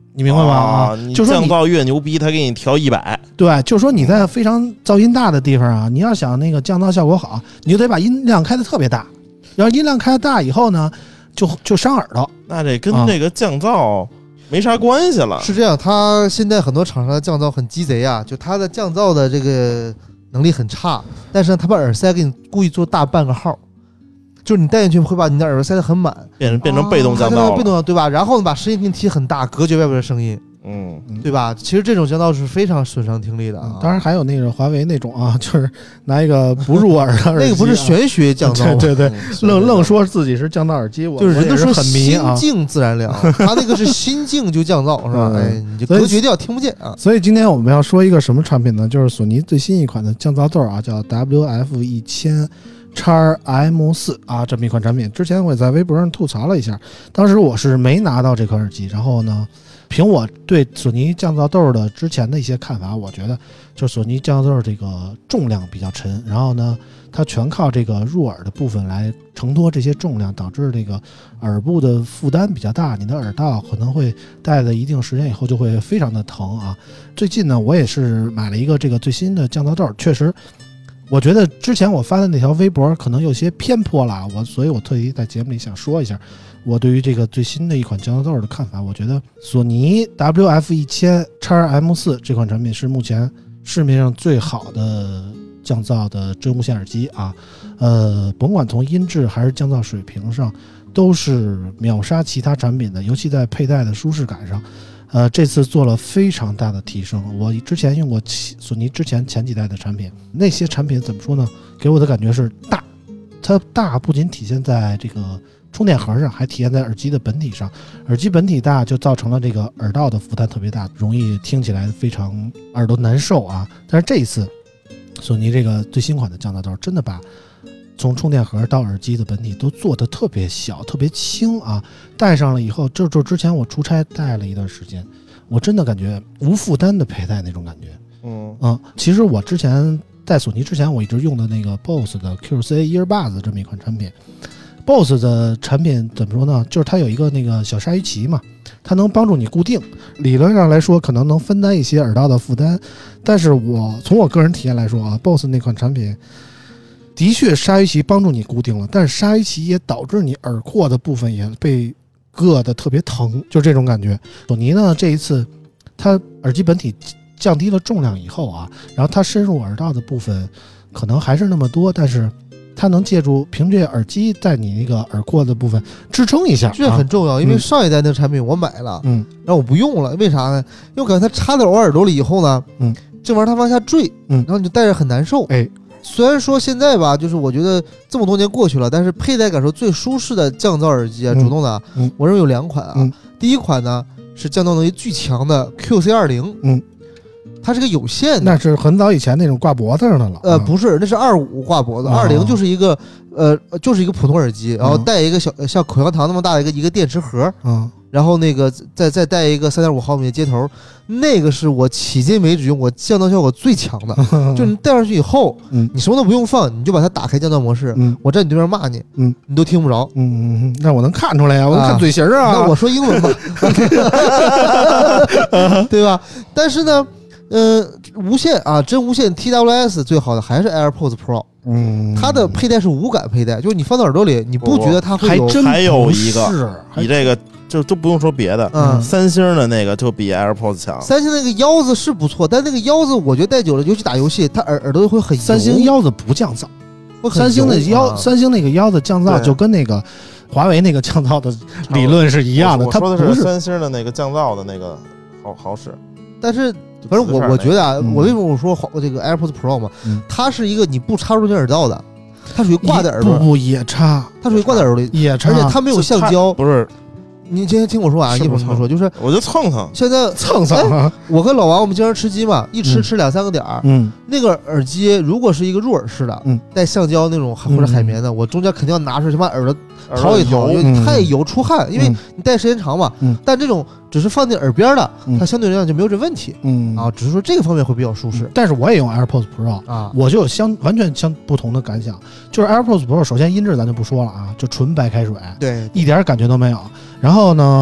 你明白吗？ 啊，你就说你降噪越牛逼，他给你调一百。 对，就是说你在非常噪音大的地方啊，你要想那个降噪效果好，你就得把音量开的特别大。然后音量开大以后呢，就就伤耳朵。 那这跟这个降噪没啥关系了。 是这样，它现在很多厂商的降噪很鸡贼啊，就它的降噪的这个能力很差，但是呢，它把耳塞给你故意做大半个号。就是你戴进去会把你的耳朵塞得很满， 变成变成被动降噪了， 被动对吧？然后呢，把声音频提很大，隔绝外边的声音， 嗯， 对吧？其实这种降噪是非常损伤听力的啊。 当然还有那个华为那种啊，就是拿一个不入耳的耳机、啊， 那个不是玄学降噪， 对对对，愣愣说自己是降噪耳机，我就是人都说很迷啊。 心静自然凉，他那个是心静就降噪，是吧？哎，你就隔绝掉，听不见啊。 所以今天我们要说一个什么产品呢？就是索尼最新一款的降噪豆啊，叫 W F 一千。X M 四啊，这么一款产品，之前我也在微博上吐槽了一下，当时我是没拿到这款耳机，然后呢，凭我对索尼降噪豆的之前的一些看法，我觉得就索尼降噪豆这个重量比较沉，然后呢，它全靠这个入耳的部分来承托这些重量，导致这个耳部的负担比较大，你的耳道可能会戴了一定时间以后就会非常的疼啊。最近呢，我也是买了一个这个最新的降噪豆，确实。我觉得之前我发的那条微博可能有些偏颇了，我所以我特意在节目里想说一下我对于这个最新的一款降噪豆的看法。我觉得索尼 W F 一千 X M 四 这款产品是目前市面上最好的降噪的真无线耳机啊，呃，甭管从音质还是降噪水平上，都是秒杀其他产品的，尤其在佩戴的舒适感上。呃，这次做了非常大的提升。我之前用过索尼之前前几代的产品，那些产品怎么说呢？给我的感觉是大，它大不仅体现在这个充电盒上，还体现在耳机的本体上。耳机本体大就造成了这个耳道的负担特别大，容易听起来非常耳朵难受啊。但是这一次，索尼这个最新款的降噪豆真的把从充电盒到耳机的本体都做得特别小特别轻啊，戴上了以后，就就之前我出差戴了一段时间，我真的感觉无负担的佩戴那种感觉。 嗯嗯，其实我之前在索尼之前我一直用的那个 B O S S 的 Q C Earbuds 这么一款产品， B O S S 的产品怎么说呢，就是它有一个那个小鲨鱼鳍嘛，它能帮助你固定，理论上来说可能能分担一些耳道的负担，但是我从我个人体验来说啊 B O S S 那款产品的确鲨鱼鳍帮助你固定了，但是鲨鱼鳍也导致你耳廓的部分也被硌得特别疼，就这种感觉。索尼呢这一次它耳机本体降低了重量以后啊，然后它深入耳道的部分可能还是那么多，但是它能借助凭借耳机在你那个耳廓的部分支撑一下， 这很重要。 啊、 因为上一代那个产品我买了， 嗯， 然后我不用了，为啥呢？因为我感觉它插在我耳朵里以后呢， 嗯， 这玩意儿它往下坠， 嗯， 然后你就戴着很难受， 哎。 虽然说现在吧，就是我觉得这么多年过去了，但是佩戴感受最舒适的降噪耳机啊， 嗯、 主动的， 嗯， 我认为有两款啊。 嗯、 第一款呢是降噪能力巨强的 Q C 二零， 嗯， 它是个有线的， 那是很早以前那种挂脖子上的了。 呃，不是，那是二五挂脖子，二零、哦、就是一个呃，就是一个普通耳机，然后带一个小像口香糖那么大的一个一个电池盒， 嗯。 然后那个再再带一个三点五毫米的接头，那个是我迄今为止用过降噪效果最强的。就你戴上去以后，嗯，你什么都不用放，你就把它打开降噪模式，嗯，我在你对面骂你，嗯，你都听不着， 嗯嗯，那我能看出来呀、啊，我能看嘴型啊。 那我说英文吧，对吧？但是呢，呃，无线啊，真无线 T W S 最好的还是 AirPods Pro。嗯，它的佩戴是无感佩戴，就是你放到耳朵里，你不觉得它会有？ 还真还有一个，你这个就都不用说别的，嗯，三星的那个就比 AirPods 强。 三星那个腰子是不错，但那个腰子我觉得戴久了，尤其打游戏，它耳耳朵会很油。 三星腰子不降噪，三星的腰，啊、三星那个腰子降噪就跟那个华为那个降噪的理论是一样的。它不是三星的那个降噪的那个好好使， 但是。反正我我觉得啊，嗯、我为什么我说这个 AirPods Pro 嘛，嗯、它是一个你不插入进耳道的，它属于挂在耳朵， 不不也插， 它属于挂在耳朵里也插， 而且它没有橡胶， 不是。 你今天听我说啊，一会儿听我说，就是我就蹭蹭， 现在蹭蹭、哎。 我跟老王我们经常吃鸡嘛，一吃吃两三个点儿。嗯，那个耳机如果是一个入耳式的，嗯，带橡胶那种或者海绵的，嗯、我中间肯定要拿出去把耳朵掏一掏，因为太油出汗，因为你戴时间长嘛。嗯，但这种只是放进耳边的，它相对来讲就没有这问题。嗯啊，只是说这个方面会比较舒适。 但是我也用 AirPods Pro 啊，我就有相完全相不同的感想。就是 AirPods Pro， 首先音质咱就不说了啊，就纯白开水， 对， 一点感觉都没有。然后呢？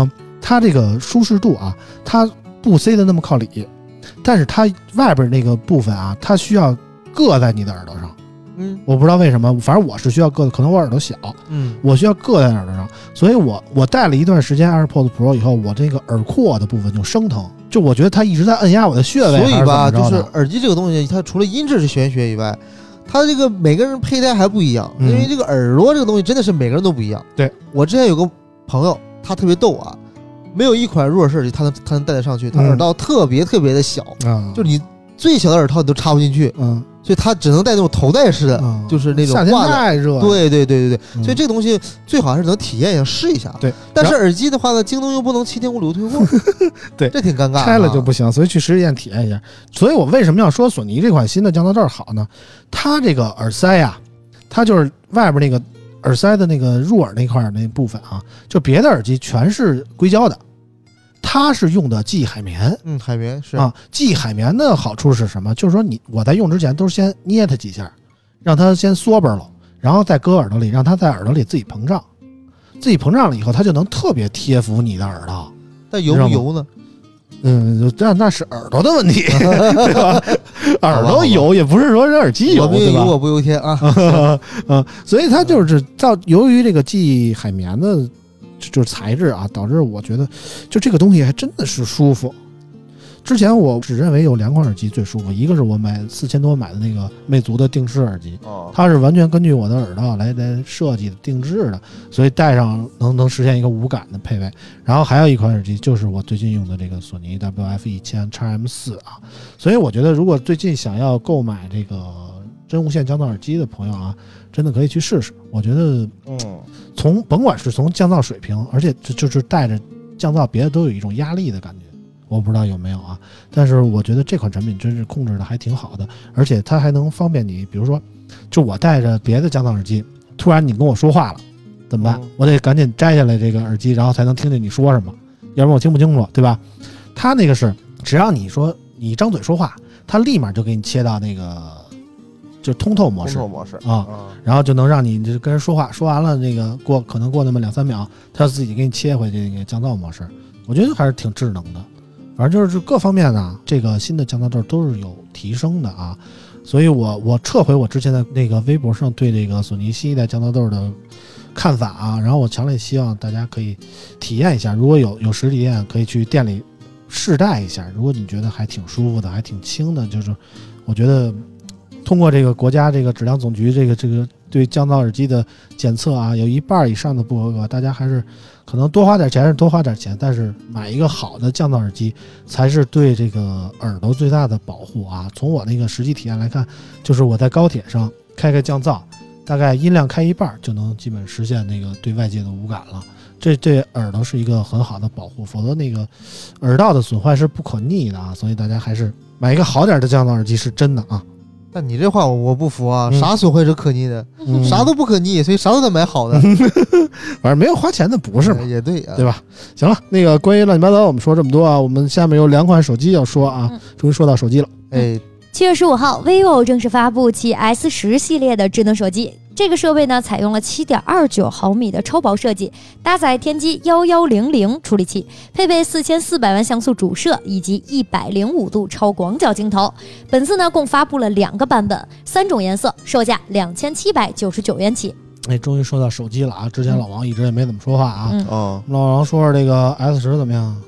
它这个舒适度啊，它不塞的那么靠里，但是它外边那个部分啊，它需要硌在你的耳朵上。 嗯， 我不知道为什么，反正我是需要硌的，可能我耳朵小， 嗯， 我需要硌在耳朵上，所以我我戴了一段时间 AirPods Pro 以后，我这个耳廓的部分就生疼，就我觉得它一直在摁压我的穴位。 所以吧，就是耳机这个东西，它除了音质是玄学以外，它这个每个人佩戴还不一样， 嗯、 因为这个耳朵这个东西真的是每个人都不一样。 对， 我之前有个朋友，他特别逗啊，没有一款入耳式耳机他能他能戴得上去，他耳道特别特别的小， 嗯、 就是你最小的耳套你都插不进去， 嗯。 所以他只能戴那种头戴式的，嗯、就是那种夏天太热， 对对对对对， 嗯、 所以这个东西最好还是能体验一下试一下。 对， 但是耳机的话呢，京东又不能七天无理由退货， 对， 这挺尴尬、啊。 拆了就不行，所以去实体店体验一下。所以我为什么要说索尼这款新的降噪罩好呢？它这个耳塞呀、啊，它就是外边那个耳塞的那个入耳那块那部分啊，就别的耳机全是硅胶的。它是用的记忆海绵， 嗯，海绵是啊。记忆海绵的好处是什么？就是说你我在用之前都是先捏它几下，让它先缩巴了，然后再搁耳朵里，让它在耳朵里自己膨胀，自己膨胀了以后，它就能特别贴服你的耳朵。 但油不油呢？ 嗯，那那是耳朵的问题，对吧？耳朵油也不是说人耳机油，对吧？ 油我不由天啊， 嗯，所以它就是到由于这个记忆海绵的。就是材质啊，导致我觉得就这个东西还真的是舒服。之前我只认为有两款耳机最舒服，一个是我买四千多买的那个魅族的定式耳机，它是完全根据我的耳道来来设计的定制的，所以戴上能能实现一个无感的配备。然后还有一款耳机就是我最近用的这个索尼 W F 一千 X M 四啊，所以我觉得如果最近想要购买这个真无线降噪耳机的朋友啊，真的可以去试试。我觉得，嗯，从甭管是从降噪水平，而且就就是带着降噪，别的都有一种压力的感觉。我不知道有没有啊，但是我觉得这款产品真是控制的还挺好的，而且它还能方便你，比如说，就我带着别的降噪耳机，突然你跟我说话了，怎么办？嗯、我得赶紧摘下来这个耳机，然后才能听见你说什么，要不然我听不清楚，对吧？它那个是只要你说你一张嘴说话，它立马就给你切到那个。就通透模式， 通透模式啊、嗯，然后就能让你就跟人说话，说完了那个过可能过那么两三秒，它自己给你切回这个降噪模式，我觉得还是挺智能的。反正就是各方面呢，这个新的降噪罩都是有提升的啊，所以我我撤回我之前的那个微博上对这个索尼新一代降噪罩的看法啊，然后我强烈希望大家可以体验一下，如果有有实体店可以去店里试戴一下，如果你觉得还挺舒服的，还挺轻的，就是我觉得。通过这个国家这个质量总局这个这个对降噪耳机的检测啊，有一半以上的不合格，大家还是可能多花点钱是多花点钱，但是买一个好的降噪耳机才是对这个耳朵最大的保护啊。从我那个实际体验来看，就是我在高铁上开开降噪，大概音量开一半就能基本实现那个对外界的无感了。这对耳朵是一个很好的保护，否则那个耳道的损坏是不可逆的啊。所以大家还是买一个好点的降噪耳机是真的啊。 但你这话我不服啊！ 嗯、 啥损坏是可逆的、嗯？啥都不可逆，所以啥都得买好的。 反正没有花钱的不是嘛？ 也对啊， 对吧？行了，那个关于乱七八糟我们说这么多啊，我们下面有两款手机要说啊， 嗯、 终于说到手机了。 哎， 七月十五号 vivo 正式发布其 S 十 系列的智能手机。这个设备呢，采用了 七点二九毫米的超薄设计，搭载天玑一一零零处理器，配备四千四百万像素主摄以及一百零五度超广角镜头。本次呢，共发布了两个版本，三种颜色，售价两千七百九十九元起。 哎，终于说到手机了啊！之前老王一直也没怎么说话啊。 嗯、 哦，老王说说这个 S 十怎么样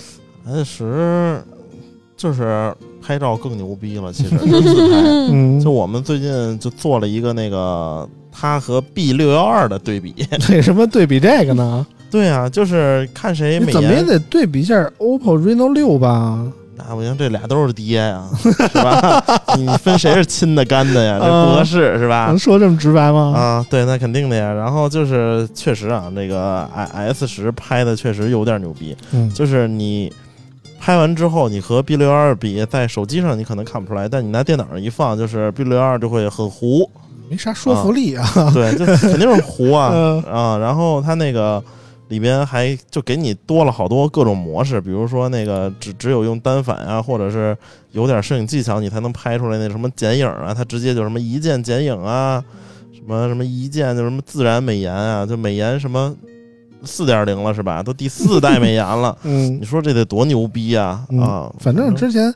？S 十就是拍照更牛逼了，其实就自拍。 嗯， 就我们最近就做了一个那个。它和 B 六一二的对比， 为什么对比这个呢？ 对啊，就是看谁美颜， 怎么也得对比一下 O P P O Reno 六吧？ 那不行，这俩都是爹呀，是吧？你分谁是亲的干的呀？这不合适，是吧？ 能说这么直白吗？ 啊，对，那肯定的呀。然后就是确实啊，那个 S 十拍的确实有点牛逼， 嗯， 就是你拍完之后，你和 B 六一二比，在手机上你可能看不出来，但你拿电脑上一放，就是 B 六一二就会很糊。 没啥说服力啊， 啊对，就肯定是糊啊、 嗯、 啊！然后它那个里边还就给你多了好多各种模式，比如说那个只只有用单反啊，或者是有点摄影技巧你才能拍出来那什么剪影啊，它直接就什么一键剪影啊，什么什么一键就什么自然美颜啊，就美颜什么四点零了是吧？都第四代美颜了， 嗯， 你说这得多牛逼啊！ 嗯、 啊， 反正之前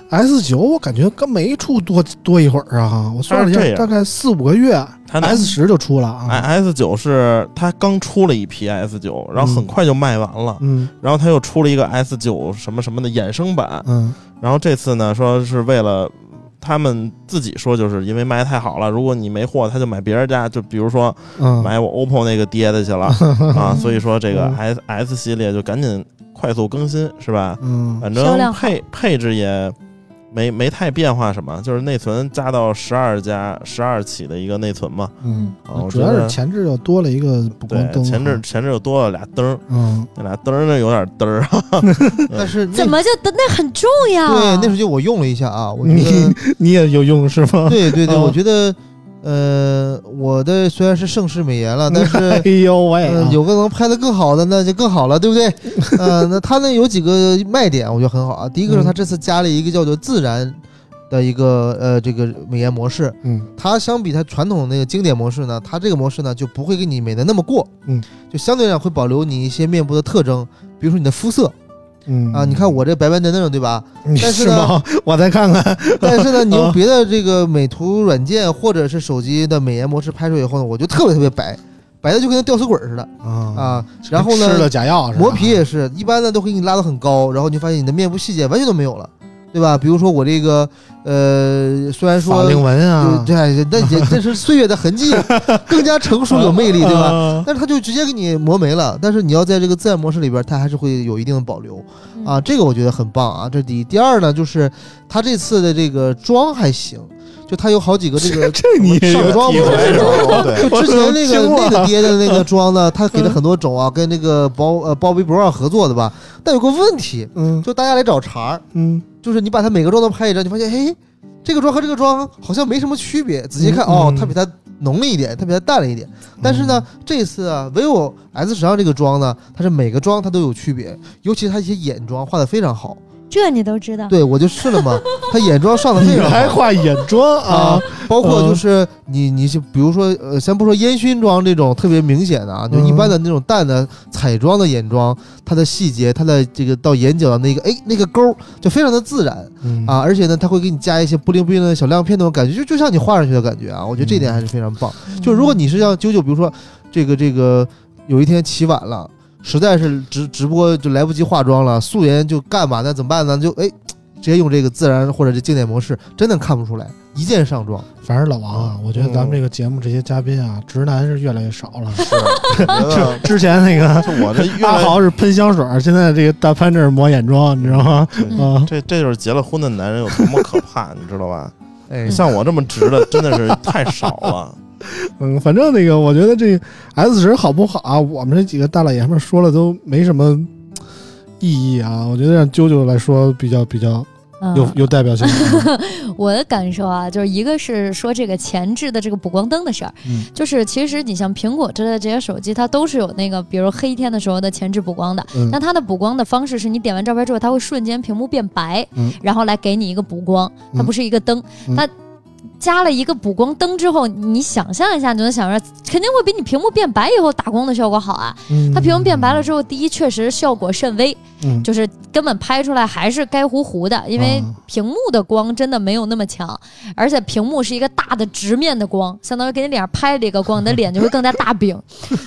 S 九 我感觉刚没出多多一会儿啊，我算了一下，大概四五个月 ，S 十就出了啊。 S 九是它刚出了一批 S 九，然后很快就卖完了， 嗯， 然后它又出了一个 S 九什么什么的衍生版， 嗯， 然后这次呢说是为了。他们自己说，就是因为卖太好了，如果你没货，他就买别人家，就比如说买我 O P P O 那个爹的去了、嗯、啊，所以说这个 S S 系列就赶紧快速更新，是吧？ 嗯， 反正配配置也没没太变化什么，就是内存加到十二加十二起的一个内存嘛。 嗯，啊、主要是前置又多了一个补光灯， 前置前置又多了俩灯， 嗯， 那俩灯呢有点灯儿， 但是怎么就那很重要？ 对，那时候就我用了一下啊，我觉得你, 你也有用是吗？ 对对对， 哦、 我觉得。呃，我的虽然是盛世美颜了，但是哎呦喂、啊呃，有个能拍的更好的，那就更好了，对不对？呃，那它呢有几个卖点，我觉得很好啊。第一个是它这次加了一个叫做自然的一个呃这个美颜模式， 嗯，它相比它传统那个经典模式呢，它这个模式呢就不会给你美的那么过， 嗯， 就相对来讲会保留你一些面部的特征，比如说你的肤色。 嗯啊，你看我这白白嫩嫩的，对吧？但是呢，是我再看看。 但是呢，你用别的这个美图软件或者是手机的美颜模式拍出以后呢，我就特别特别白，白的就跟吊死鬼似的啊啊！然后呢， 吃了假药， 磨皮也是一般呢都会给你拉得很高，然后你发现你的面部细节完全都没有了。对吧？比如说我这个，呃，虽然说法令纹啊， 对，那也这是岁月的痕迹，更加成熟有魅力，对吧？但是它就直接给你磨没了。但是你要在这个自然模式里边，它还是会有一定的保留啊，这个我觉得很棒啊。这是第一，第二呢，就是它这次的这个妆还行。就它有好几个这个这你上妆模式， 对， 之前那个那个爹的那个妆呢，它给了很多种啊，跟那个包呃包微博合作的吧。但有个问题， 嗯， 就大家来找茬， 嗯，就是你把它每个妆都拍一张，你发现，嘿，这个妆和这个妆好像没什么区别。仔细看，哦，它比它浓了一点，它比它淡了一点。但是呢，这次啊，vivo S 十二这个妆呢，它是每个妆它都有区别，尤其是它一些眼妆画得非常好。 这你都知道？ 对，我就试了嘛。他眼妆上的非常好， 还画眼妆啊， 啊包括就是你，你就比如说，呃，先不说烟熏妆这种特别明显的啊，就一般的那种淡的彩妆的眼妆，它的细节，它的这个到眼角的那个，哎，那个勾就非常的自然、 嗯、 啊，而且呢，它会给你加一些不灵不灵的小亮片那种感觉，就就像你画上去的感觉啊，我觉得这点还是非常棒。嗯、就如果你是像啾啾，比如说这个这个有一天起晚了。实在是直直播就来不及化妆了，素颜就干嘛呢？怎么办呢？就哎，直接用这个自然或者这经典模式，真的看不出来，一键上妆。 反正老王啊，我觉得咱们这个节目这些嘉宾啊，直男是越来越少了。 是， 之前那个我这阿豪是喷香水，现在这个大潘这是抹眼妆，你知道吗？ 嗯，这这就是结了婚的男人有多么可怕，你知道吧？ 哎， 像我这么直的真的是太少了。 嗯，反正那个，我觉得这 S 十好不好啊？我们这几个大老爷们说了都没什么意义啊。我觉得让啾啾来说比较比较有、嗯、有代表性。 我的感受啊，就是一个是说这个前置的这个补光灯的事儿、嗯，就是其实你像苹果之类的这些手机，它都是有那个，比如黑天的时候的前置补光的。嗯、那它的补光的方式是你点完照片之后，它会瞬间屏幕变白，嗯、然后来给你一个补光，它不是一个灯，嗯、它。加了一个补光灯之后，你想象一下，你就能想着肯定会比你屏幕变白以后打光的效果好啊。嗯、它屏幕变白了之后，第一确实效果甚微，嗯、就是根本拍出来还是该糊糊的，因为屏幕的光真的没有那么强，而且屏幕是一个大的直面的光，相当于给你脸上拍了一个光，你的脸就会更加大饼。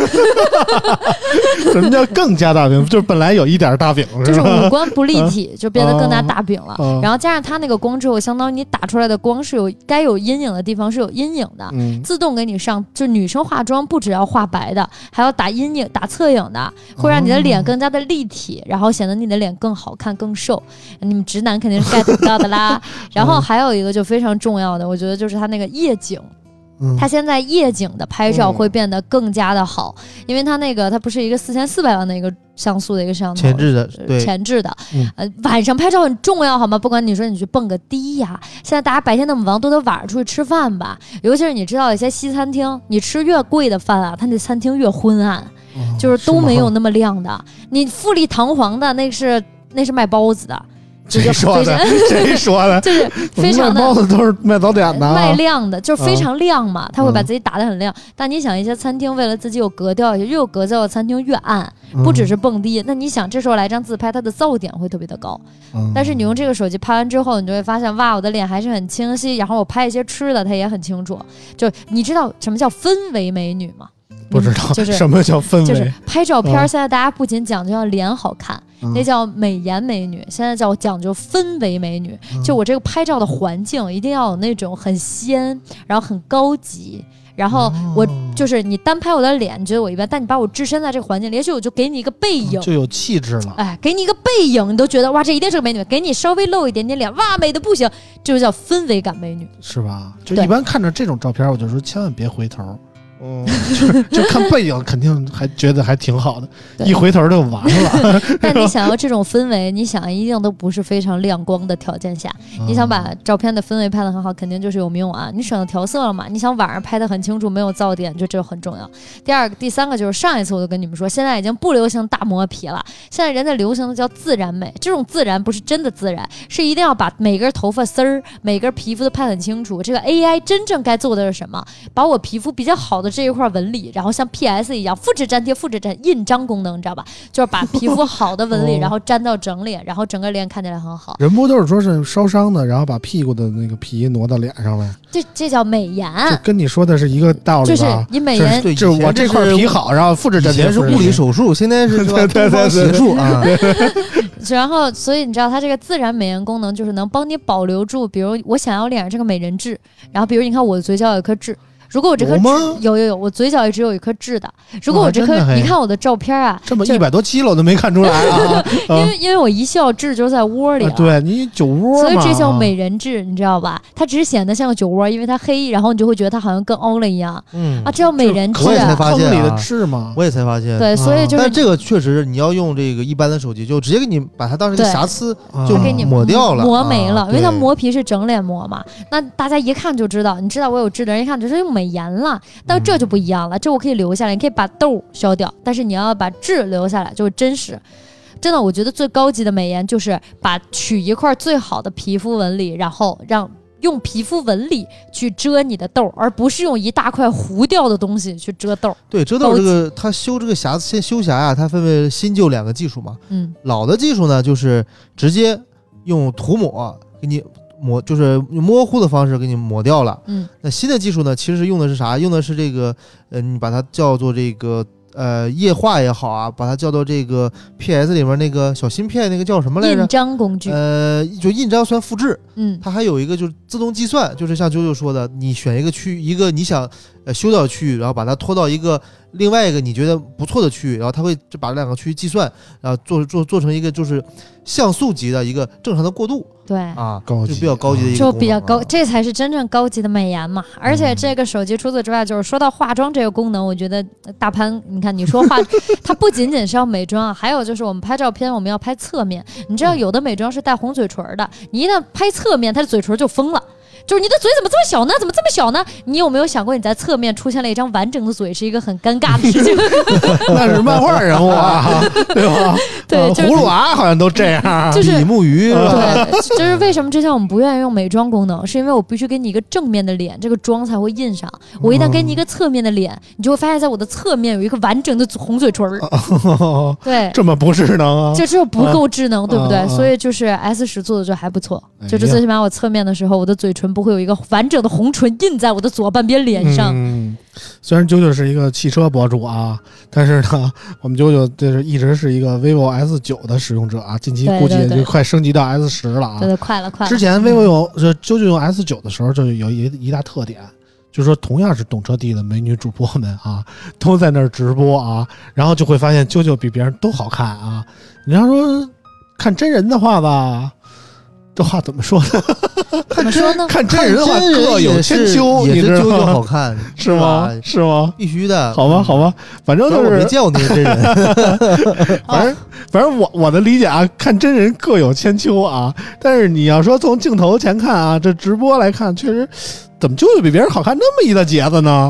什么叫更加大饼？就是本来有一点大饼， 就是五官不立体，就变得更加大饼了。啊、然后加上它那个光之后，相当于你打出来的光是有该有阴影的地方是有阴影的，嗯、自动给你上。就女生化妆不只要画白的，还要打阴影、打侧影的，会让你的脸更加的立体，然后显得你的脸更好看、更瘦。你们直男肯定是 get 不到的啦。然后还有一个就非常重要的，我觉得就是它那个夜景。它现在夜景的拍照会变得更加的好，嗯、因为它那个它不是一个四千四百万的一个像素的一个摄像头， 前置的，对， 前置的，嗯、呃，晚上拍照很重要，好吗？不管你说你去蹦个迪呀，现在大家白天那么忙，都得晚上出去吃饭吧。尤其是你知道一些西餐厅，你吃越贵的饭啊，它那餐厅越昏暗，哦、就是都没有那么亮的。你富丽堂皇的那是那是卖包子的。 谁说的？谁说的？ 就是非常的卖包子都是卖早点的， 卖亮的，就是非常亮嘛，他会把自己打得很亮。但你想，一些餐厅为了自己有格调，越有格调的餐厅越暗，不只是蹦迪。那你想，这时候来张自拍，它的噪点会特别的高。但是你用这个手机拍完之后，你就会发现，哇，我的脸还是很清晰。然后我拍一些吃的，它也很清楚。就你知道什么叫氛围美女吗？ 不知道， 就是什么叫氛围？ 就是拍照片，现在大家不仅讲究要脸好看，嗯、那叫美颜美女，现在叫讲究氛围美女。嗯、就我这个拍照的环境一定要有那种很仙，然后很高级。然后我就是你单拍我的脸，你觉得我一般，但你把我置身在这个环境里，也许我就给你一个背影， 就有气质了。 哎，给你一个背影，你都觉得哇，这一定是个美女。给你稍微露一点点脸，哇，美的不行，这就叫氛围感美女， 是吧？就一般看着这种照片，我就说千万别回头。 嗯， 就就看背影，肯定还觉得还挺好的，一回头就完了。 但你想要这种氛围，你想一定都不是非常亮光的条件下，嗯、你想把照片的氛围拍得很好，肯定就是有明晚。你省了调色了嘛？你想晚上拍得很清楚，没有噪点，就这很重要。第二个、第三个就是上一次我就跟你们说，现在已经不流行大磨皮了，现在人家流行的叫自然美。这种自然不是真的自然，是一定要把每根头发丝儿、每根皮肤都拍很清楚。这个 A I 真正该做的是什么？把我皮肤比较好的这一块纹理，然后像 P S 一样复制粘贴、复制粘印章功能，你知道吧？就是把皮肤好的纹理，然后粘到整脸，然后整个脸看起来很好。 人不都是说是烧伤的，然后把屁股的那个皮挪到脸上来？ 这这叫美颜， 就跟你说的是一个道理吧？ 就是你美颜， 就是我这块皮好，然后复制粘贴。 以前是物理手术，现在是对对对邪术啊。 然后，所以你知道它这个自然美颜功能，就是能帮你保留住，比如我想要脸上这个美人痣，然后比如你看我的嘴角有一颗痣。如果我这颗痣有有有，我嘴角也只有一颗痣的。如果我这颗，你看我的照片啊， 这么一百多斤了我都没看出来啊！ 因为因为我一笑痣就在窝里、啊， 对你酒窝， 所以这叫美人痣，你知道吧？它只是显得像个酒窝，因为它黑，然后你就会觉得它好像更欧了一样。嗯啊，这叫美人痣、啊。 我也才发现、啊、 里的痣吗？ 我也才发现。 对，所以就是， 但这个确实你要用这个一般的手机，就直接给你把它当成一个瑕疵，就给你抹掉了、 磨没了， 啊、 因为它磨皮是整脸磨嘛。那大家一看就知道，你知道我有痣的人一看就是用美颜了。但这就不一样了，这我可以留下来，你可以把痘消掉，但是你要把痣留下来，就是真实。真的，我觉得最高级的美颜就是把取一块最好的皮肤纹理，然后让用皮肤纹理去遮你的痘，而不是用一大块糊掉的东西去遮痘。 对，遮痘这个它修这个瑕疵，先修瑕呀、啊，它分为新旧两个技术嘛。 嗯， 老的技术呢，就是直接用涂抹给你。抹就是用模糊的方式给你抹掉了， 嗯， 那新的技术呢，其实是用的是啥？用的是这个，呃，你把它叫做这个，呃，液化也好啊，把它叫做这个 P S 里面那个小芯片，那个叫什么来着？ 印章工具。 呃，就印章算复制， 嗯， 它还有一个就是自动计算，就是像啾啾说的，你选一个区域，一个你想呃修掉的区域，然后把它拖到一个另外一个你觉得不错的区域，然后它会就把两个区域计算，然后做做做成一个就是像素级的一个正常的过渡。 对啊， 高级就比较高级的一个， 就比较高，这才是真正高级的美颜嘛。而且这个手机除此之外，就是说到化妆这个功能，我觉得大潘，你看你说化，它不仅仅是要美妆，还有就是我们拍照片，我们要拍侧面。你知道有的美妆是带红嘴唇的，你一旦拍侧面，它的嘴唇就疯了。就是你的嘴怎么这么小呢？怎么这么小呢？你有没有想过，你在侧面出现了一张完整的嘴，是一个很尴尬的事情？ 那是漫画人物啊，对吧？ 对， 就是、葫芦娃好像都这样， 就是比目鱼。 对，就是为什么之前我们不愿意用美妆功能，是因为我必须给你一个正面的脸，这个妆才会印上。我一旦给你一个侧面的脸，你就会发现在我的侧面有一个完整的红嘴唇。 哦、 对， 这么不智能啊？ 就这不够智能，啊、对不对？ 啊、 所以就是 S 十做的就还不错， 哎、 就是最起码我侧面的时候，我的嘴唇不会有一个完整的红唇印在我的左半边脸上。 嗯，虽然啾啾是一个汽车博主啊，但是呢，我们啾啾就是一直是一个 vivo S 九的使用者啊，近期估计也就快升级到 S 十了啊。 对对，快了快了。 之前 vivo 用就啾啾用 S 九的时候，就有一一大特点，就是说同样是懂车帝的美女主播们啊，都在那儿直播啊，然后就会发现啾啾比别人都好看啊。你要说看真人的话吧。这话怎么说呢？ 怎么说呢？ 看真人的话各有千秋， 也是啾啾好看， 是吗？是吗？ 必须的。 好吧，好吧，反正就是我没见过那个真人。 反正反正我我的理解啊，看真人各有千秋啊。但是你要说从镜头前看啊，这直播来看，确实怎么就比别人好看那么一大截子呢？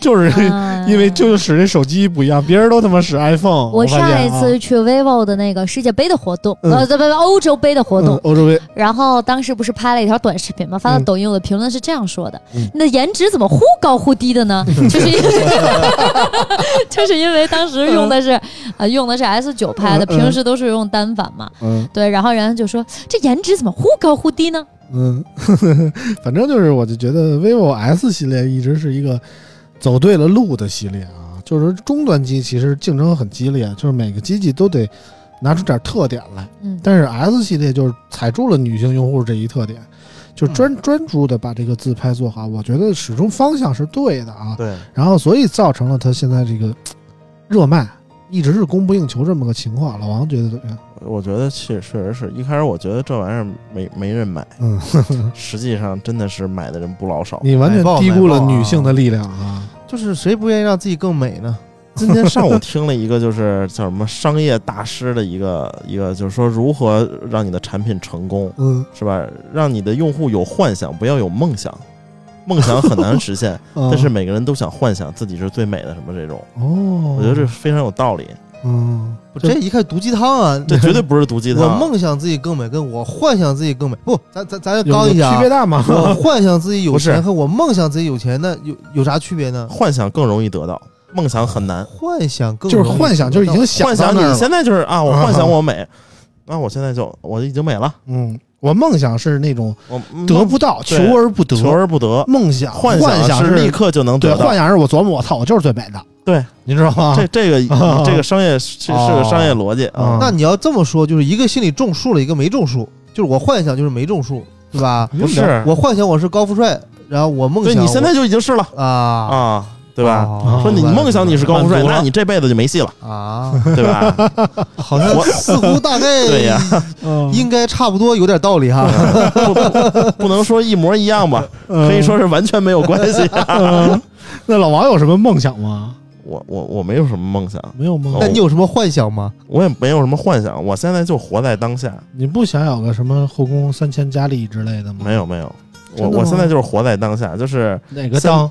就是因为舅舅使这手机不一样，别人都他妈使 iPhone。 我上一次去 vivo 的那个世界杯的活动，呃，不不，欧洲杯的活动， 欧洲杯。 然后当时不是拍了一条短视频吗？发到抖音，我的评论是这样说的：你的颜值怎么忽高忽低的呢？就是因为就是因为当时用的是呃用的是 S 九 拍的，平时都是用单反嘛。嗯，对，然后人家就说这颜值怎么忽高忽低呢？ 嗯，呵呵，反正就是我就觉得 vivo S 系列一直是一个走对了路的系列啊，就是中端机其实竞争很激烈，就是每个机器都得拿出点特点来。嗯，但是 S 系列就是踩住了女性用户这一特点，就专专注的把这个自拍做好。我觉得始终方向是对的啊。 对， 然后所以造成了它现在这个热卖，一直是供不应求这么个情况。老王觉得怎么样？ 我觉得确确实是一开始我觉得这玩意儿没没人买，嗯，实际上真的是买的人不老少。 你完全低估了女性的力量啊！ 就是谁不愿意让自己更美呢？ 今天上午听了一个就是叫什么商业大师的一个一个，就是说如何让你的产品成功，嗯，是吧？让你的用户有幻想，不要有梦想。梦想很难实现，但是每个人都想幻想自己是最美的什么这种。哦，我觉得这非常有道理。 嗯，这一看毒鸡汤啊！ 这绝对不是毒鸡汤。 我梦想自己更美，跟我幻想自己更美，不，咱咱咱要高一下， 区别大吗？ 我幻想自己有钱和我梦想自己有钱，那有有啥区别呢？ 幻想更容易得到，梦想很难。 幻想更就是幻想，就是已经想幻想你现在就是啊，我幻想我美，那我现在就我已经美了。 嗯。我梦想是那种得不到，求而不得， 求而不得。 梦想、 幻想是立刻就能得到。 对，幻想是我琢磨，我操，我就是最美的。 对， 你知道吗？ 这这个、啊、这个商业是是个商业逻辑啊、 哦。那你要这么说，就是一个心里种树了，一个没种树。就是我幻想就是没种树，对吧？ 不是， 我幻想我是高富帅，然后我梦想， 对你现在就已经是了啊啊。对吧、哦？说你梦想你是高富帅，那你这辈子就没戏了啊，对吧？ 好像似乎大概对呀， 应该差不多有点道理哈。 不, 不, 不能说一模一样吧，可以说是完全没有关系、啊嗯。那老王有什么梦想吗？ 我我我没有什么梦想， 没有梦。 那你有什么幻想吗？ 我也没有什么幻想，我现在就活在当下。 你不想有个什么后宫三千佳丽之类的吗？ 没有没有，我我现在就是活在当下，就是哪个当？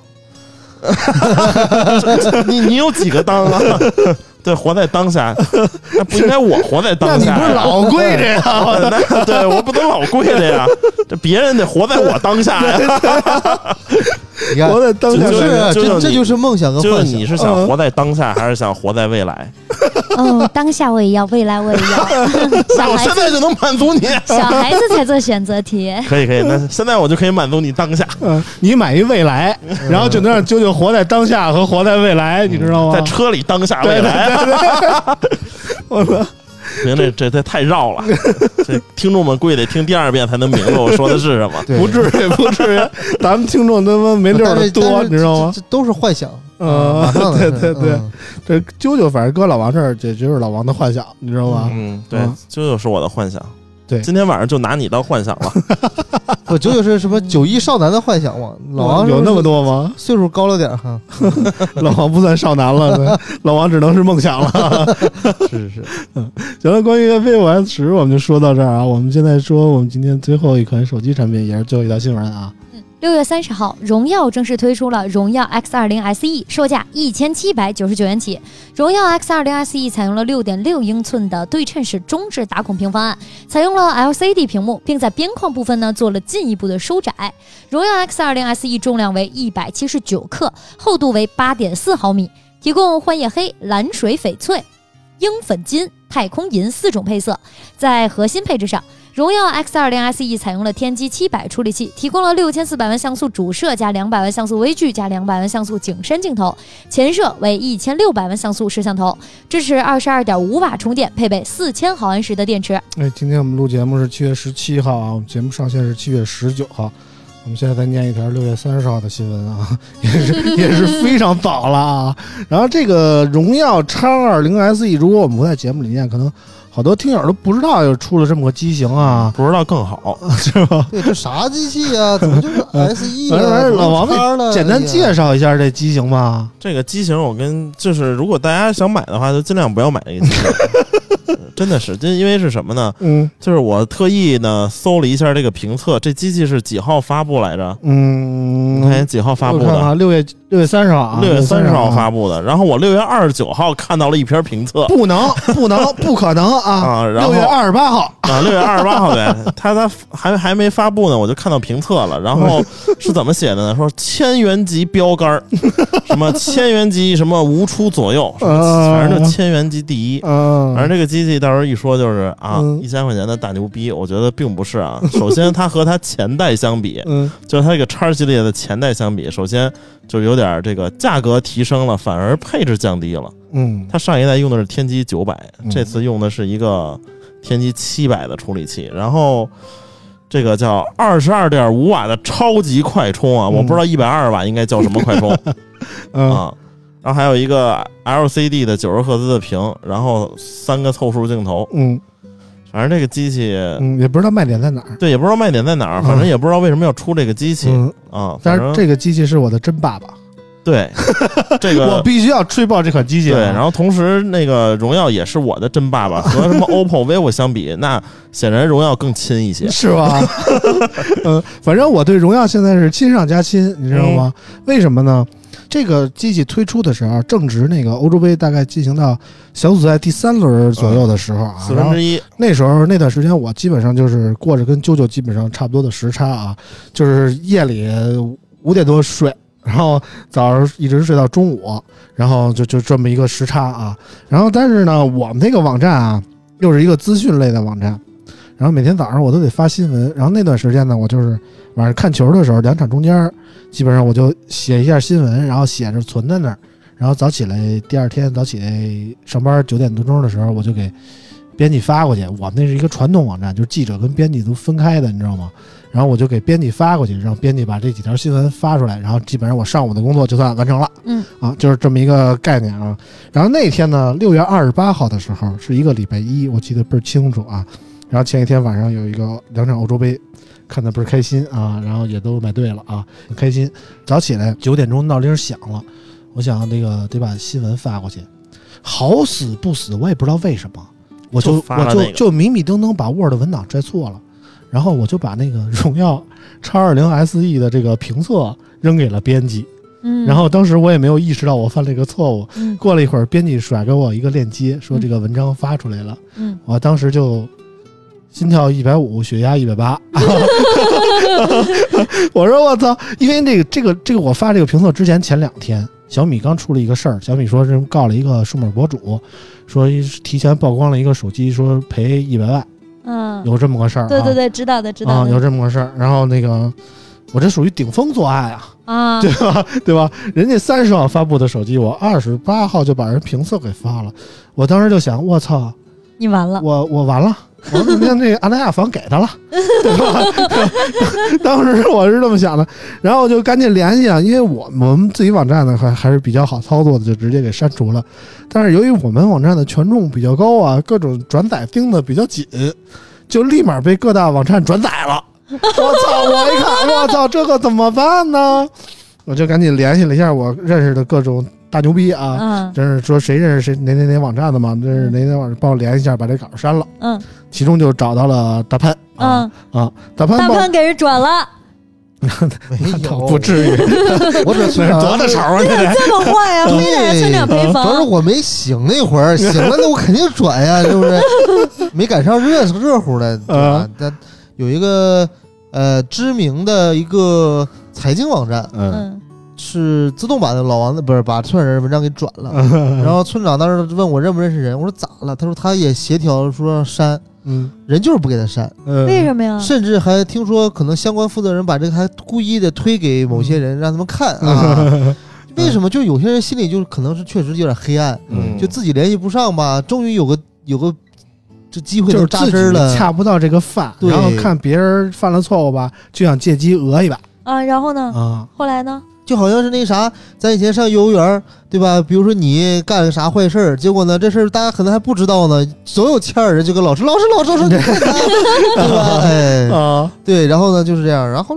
你你有几个当啊？对，活在当下，那不应该我活在当下？ 那你不是老跪着呀？ 那对我不能老跪着呀，这别人得活在我当下呀。 你看， 活在当下， 是这这就是梦想和幻想。 就是你是想活在当下，还是想活在未来？ 嗯，当下我也要，未来我也要。 那我现在就能满足你。 小孩子才做选择题。 可以可以，那现在我就可以满足你当下。 嗯，你买一未来，然后就能让啾啾活在当下和活在未来，你知道吗？ 在车里当下未来。我操！明这这这太绕了，这听众们估计得听第二遍才能明白我说的是什么。 不至于不至于，咱们听众他妈没溜的多，你知道吗？ 这都是幻想。 嗯，对对对，这啾啾反正搁老王这儿，这就是老王的幻想，你知道吗？ 嗯，对，啾啾是我的幻想。 对， 今天晚上就拿你当幻想了。 我九九是什么九一少男的幻想吗？老王有那么多吗？ 岁数高了点哈。 老王不算少男了，老王只能是梦想了。 是是是， 嗯，行了，关于 vivo S 十我们就说到这儿啊。我们现在说我们今天最后一款手机产品，也是最后一条新闻啊。 六月三十号，荣耀正式推出了荣耀 X 二十 S E， 售价一千七百九十九元起。荣耀 X 二十 S E 采用了 六点六英寸的对称式中置打孔屏方案，采用了 L C D 屏幕，并在边框部分呢做了进一步的收窄。荣耀 X 二十 S E 重量为一百七十九克，厚度为 八点四毫米，提供幻夜黑、蓝水翡翠、鹰粉金、太空银四种配色。在核心配置上，荣耀 X 二十 S E 采用了天玑七百处理器，提供了六千四百万像素主摄加两百万像素微距加两百万像素景深镜头，前摄为一千六百万像素摄像头，支持 二十二点五瓦充电，配备四千毫安时的电池。 哎，今天我们录节目是七月十七号啊，我们节目上线是七月十九号。我们现在再念一条六月三十号的新闻啊，也是也是非常早了啊。然后这个荣耀 X 二十 S E， 如果我们不在节目里念，可能好多听友都不知道又出了这么个机型啊， 不知道更好是吧？ 对，这啥机器啊？怎么就是 S E 了？老王给简单介绍一下这机型吧。 这个机型我跟就是，如果大家想买的话，就尽量不要买这个机型。 真的是，因为是什么呢？ 嗯， 就是我特意呢搜了一下这个评测，这机器是几号发布来着？ 嗯， 你看几号发布的？ 六月六月三十号啊， 六月三十号发布的。然后我六月二十九号看到了一篇评测， 不能，不能，不可能啊！ 啊，然后六月二十八号啊，六月二十八号对，他他还还没发布呢，我就看到评测了。然后是怎么写的呢？说千元级标杆，什么千元级什么无出左右，反正就千元级第一。反正这个机器到时候一说就是啊，一千块钱的大牛逼，我觉得并不是啊。首先，它和它前代相比，嗯，就是它这个叉系列的前代相比，首先就有点这个价格提升了，反而配置降低了。嗯，它上一代用的是天玑九百，这次用的是一个天玑七百的处理器，然后这个叫二十二点五瓦的超级快充啊，嗯、我不知道一百二十瓦应该叫什么快充啊。然后还有一个 L C D 的九十赫兹的屏，然后三个凑数镜头，嗯，反正这个机器， 嗯，也不知道卖点在哪儿， 对，也不知道卖点在哪儿，反正也不知道为什么要出这个机器、嗯、啊。 但是这个机器是我的真爸爸， 对，这个我必须要吹爆这款机器、啊。 对，然后同时那个荣耀也是我的真爸爸，和什么 O P P O、vivo 相比，那显然荣耀更亲一些， 是吧？嗯，反正我对荣耀现在是亲上加亲，你知道吗？嗯、为什么呢？这个机器推出的时候，正值那个欧洲杯大概进行到小组赛第三轮左右的时候啊， 四分之一。 那时候那段时间，我基本上就是过着跟啾啾基本上差不多的时差啊，就是夜里五点多睡，然后早上一直睡到中午，然后就就这么一个时差啊。然后但是呢，我们那个网站啊，又是一个资讯类的网站，然后每天早上我都得发新闻。然后那段时间呢，我就是晚上看球的时候，两场中间。基本上我就写一下新闻，然后写着存在那儿，然后早起来，第二天早起来上班九点多钟的时候，我就给编辑发过去。我们那是一个传统网站，就是记者跟编辑都分开的，你知道吗？然后我就给编辑发过去，让编辑把这几条新闻发出来，然后基本上我上午的工作就算完成了。嗯，啊，就是这么一个概念啊。然后那天呢，六月二十八号的时候是一个礼拜一，我记得倍儿清楚啊。然后前一天晚上有一个两场欧洲杯。看得倍儿开心啊，然后也都买对了啊，很开心。早起来九点钟闹铃响了，我想那个得把新闻发过去，好死不死，我也不知道为什么，我就, 就我就就迷迷瞪瞪把 Word 文档拽错了，然后我就把那个荣耀 X 二十 S E 的这个评测扔给了编辑，嗯，然后当时我也没有意识到我犯了一个错误，嗯，过了一会儿，编辑甩给我一个链接，说这个文章发出来了，嗯，我当时就。心跳一百五，血压一百八。我说我操！因为这个这个这个，我发这个评测之前前两天，小米刚出了一个事儿。小米说是告了一个数码博主，说提前曝光了一个手机，说赔一百万。嗯，有这么个事儿、啊。 对对对，知道的知道的、 啊。有这么个事儿。然后那个，我这属于顶风作案啊！啊，对吧？对吧？人家三十号发布的手机，我二十八号就把人评测给发了。我当时就想，我操！ 你完了！ 我我完了！我说那那阿那亚房给他了，对吧？当时我是这么想的，然后我就赶紧联系啊，因为我我们自己网站呢还还是比较好操作的，就直接给删除了。但是由于我们网站的权重比较高啊，各种转载盯得比较紧，就立马被各大网站转载了。我操！我一看，我操，这个怎么办呢？我就赶紧联系了一下我认识的各种。大牛逼啊！嗯，真是说谁认识谁哪哪哪网站的嘛？这是哪哪网站帮我联系一下，把这稿删了。嗯，其中就找到了大潘。嗯啊，大潘大潘给人转了， 没有， 不至于。 我这村长多大仇啊！ 你咋这么坏呀？非得让村长赔房？ 主要是我没醒那会儿，醒了那我肯定转呀，是不是？没赶上热热乎的，对吧？但有一个呃知名的一个财经网站，嗯。是自动把那老王的不是把村长的文章给转了，然后村长当时问我认不认识人，我说咋了？他说他也协调说让删，嗯，人就是不给他删， 为什么呀？ 甚至还听说可能相关负责人把这个还故意的推给某些人、嗯、让他们看啊。为什么？就有些人心里就可能是确实有点黑暗，嗯，就自己联系不上吧，终于有个有个这机会就扎针了， 恰不到这个饭，然后看别人犯了错误吧，就想借机讹一把啊。然后呢？啊，后来呢？ 就好像是那啥，咱以前上幼儿园，对吧？比如说你干了啥坏事儿，结果呢，这事儿大家可能还不知道呢，总有欠儿人就跟老师、老师、老师说，你看他，对吧？哎啊，对，然后呢就是这样，然后呢，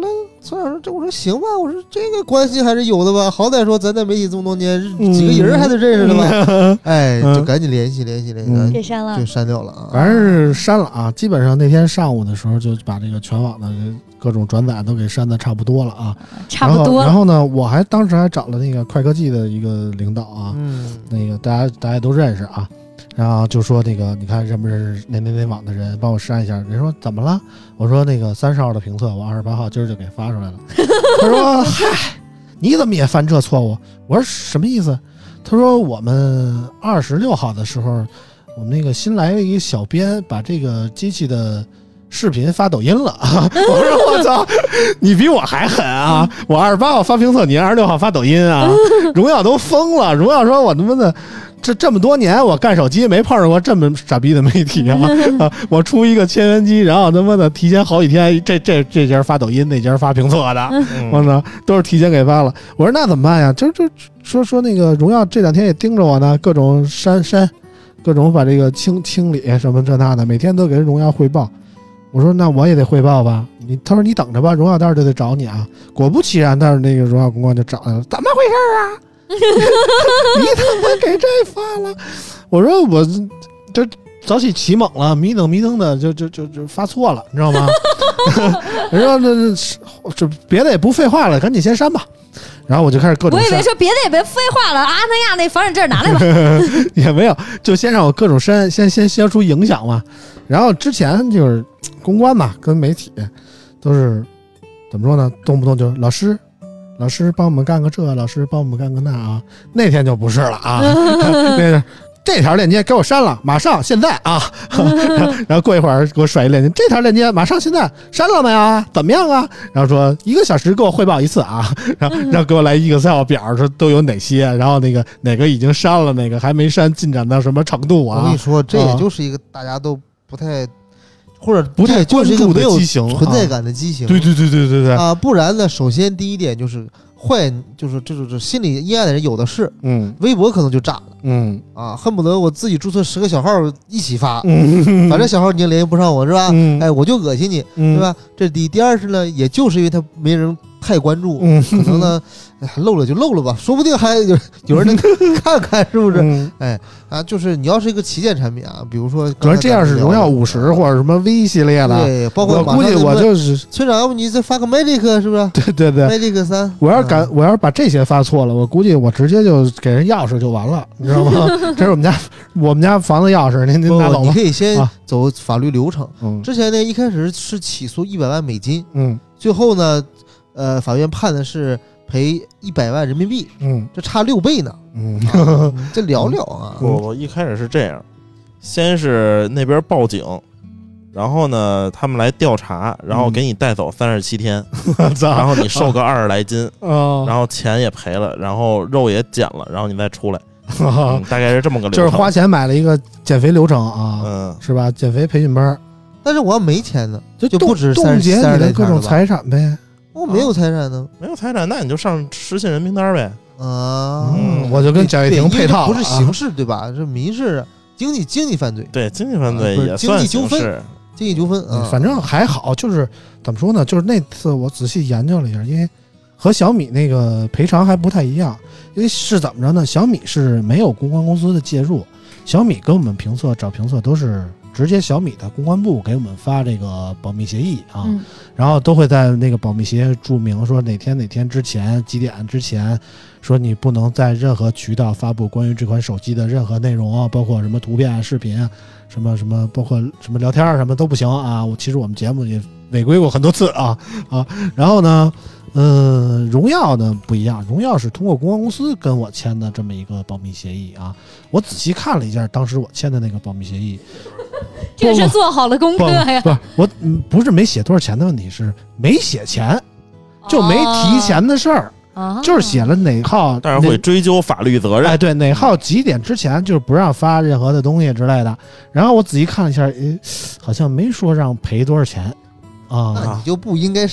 村长说这，我说行吧，我说这个关系还是有的吧，好歹说咱在媒体这么多年，几个人还得认识的吧？嗯、哎，就赶紧联系联系联系， 给删了， 就删掉了啊。 反正是删了啊，基本上那天上午的时候就把这个全网的各种转载都给删的差不多了啊， 差不多。 然后，然后呢，我还当时还找了那个快科技的一个领导啊， 嗯， 那个大家大家都认识啊。然后就说那个，你看认不认识哪哪哪网的人，帮我删一下。人说怎么了？我说那个三十号的评测，我二十八号今儿就给发出来了。他说嗨，你怎么也犯这错误？我说什么意思？他说我们二十六号的时候，我们那个新来了一个小编，把这个机器的视频发抖音了。我说我操，你比我还狠啊！我二十八号发评测，你二十六号发抖音啊！荣耀都疯了，荣耀说我他妈的。这这么多年我干手机没碰上过这么傻逼的媒体啊！啊我出一个千元机，然后他妈的提前好几天，这这这家发抖音，那家发评测的，我操，都是提前给发了。我说那怎么办呀？就就说说那个荣耀这两天也盯着我呢，各种删删，各种把这个清清理什么这那的，每天都给荣耀汇报。我说那我也得汇报吧。你他说你等着吧，荣耀待会儿就得找你啊。果不其然，但是那个荣耀公关就找来了，怎么回事啊？你他妈给这发了？我说我这早起起猛了，迷瞪迷瞪的就就就就发错了，你知道吗？人说这这别的也不废话了，赶紧先删吧。然后我就开始各种删， 我以为说别的也别废话了啊，那呀那房产证拿来吧。 也没有，就先让我各种删，先先消除影响嘛。然后之前就是公关嘛，跟媒体都是怎么说呢？动不动就老师。老师帮我们干个这，老师帮我们干个那啊，那天就不是了啊，那这条链接给我删了，马上现在啊，然后过一会儿给我甩一链接，这条链接马上现在删了没有啊？怎么样啊？然后说一个小时给我汇报一次啊，然后然后给我来一个 Excel 表，说都有哪些，然后那个哪个已经删了，哪个还没删，进展到什么程度啊？ 我跟你说，这也就是一个大家都不太。或者不太关注的畸形， 存在感的畸形。 对对对对对对啊！不然呢，首先第一点就是坏，就是这种心里阴暗的人有的是。 嗯， 微博可能就炸了。 嗯啊，恨不得我自己注册十个小号一起发，嗯、反正小号你也联系不上我是吧？嗯、哎，我就恶心你， 嗯、 对吧？这是第一。第二是呢，也就是因为他没人太关注，嗯、可能呢。漏了就漏了吧，说不定还有有人能看看，是不是？嗯、哎啊，就是你要是一个旗舰产品啊，比如说， 主要这样是荣耀五十或者什么 V 系列的， 对，包括我估计我就是村长，要不你再发个 Magic 是不是？ 对对对 ，Magic 三， 我要是敢，嗯、我要是把这些发错了，我估计我直接就给人钥匙就完了，你知道吗？这是我们家我们家房子钥匙，您您拿走吧。 你可以先走法律流程。 嗯、 之前呢，一开始是起诉一百万美金， 嗯， 最后呢，呃，法院判的是。赔一百万人民币， 嗯， 这差六倍呢， 嗯， 啊、这聊聊啊。 不不，一开始是这样，先是那边报警，然后呢，他们来调查，然后给你带走三十七天， 嗯、 然后你瘦个二十来斤， 哦、 然后钱也赔了，然后肉也减了，然后你再出来，嗯、大概是这么个流程。 就是花钱买了一个减肥流程啊， 嗯， 是吧？减肥培训班。 但是我要没钱呢， 就就不止冻结你的各种财产呗。 我没有财产呢， 没有财产，那你就上失信人名单呗。 啊， 嗯，我就跟贾跃亭配套， 不是刑事对吧？是民事、经济经济犯罪。 对，经济犯罪也算刑事， 经济纠纷啊， 反正还好。就是怎么说呢？就是那次我仔细研究了一下，因为和小米那个赔偿还不太一样。因为是怎么着呢？小米是没有公关公司的介入，小米跟我们评测找评测都是。直接小米的公关部给我们发这个保密协议啊， 嗯、 然后都会在那个保密协议注明说哪天哪天之前几点之前，说你不能在任何渠道发布关于这款手机的任何内容啊，包括什么图片、视频啊，什么什么，包括什么聊天什么都不行啊。我其实我们节目也违规过很多次啊啊。然后呢，嗯，荣耀呢不一样，荣耀是通过公关公司跟我签的这么一个保密协议啊。我仔细看了一下当时我签的那个保密协议。 这是做好了功课呀！ 不，我嗯不是没写多少钱的问题，是没写钱，就没提钱的事儿， 哦、 就是写了哪号， 但是会追究法律责任。 哎，对，哪号几点之前就是不让发任何的东西之类的。然后我仔细看了一下，诶，好像没说让赔多少钱啊。 那你就不应该删，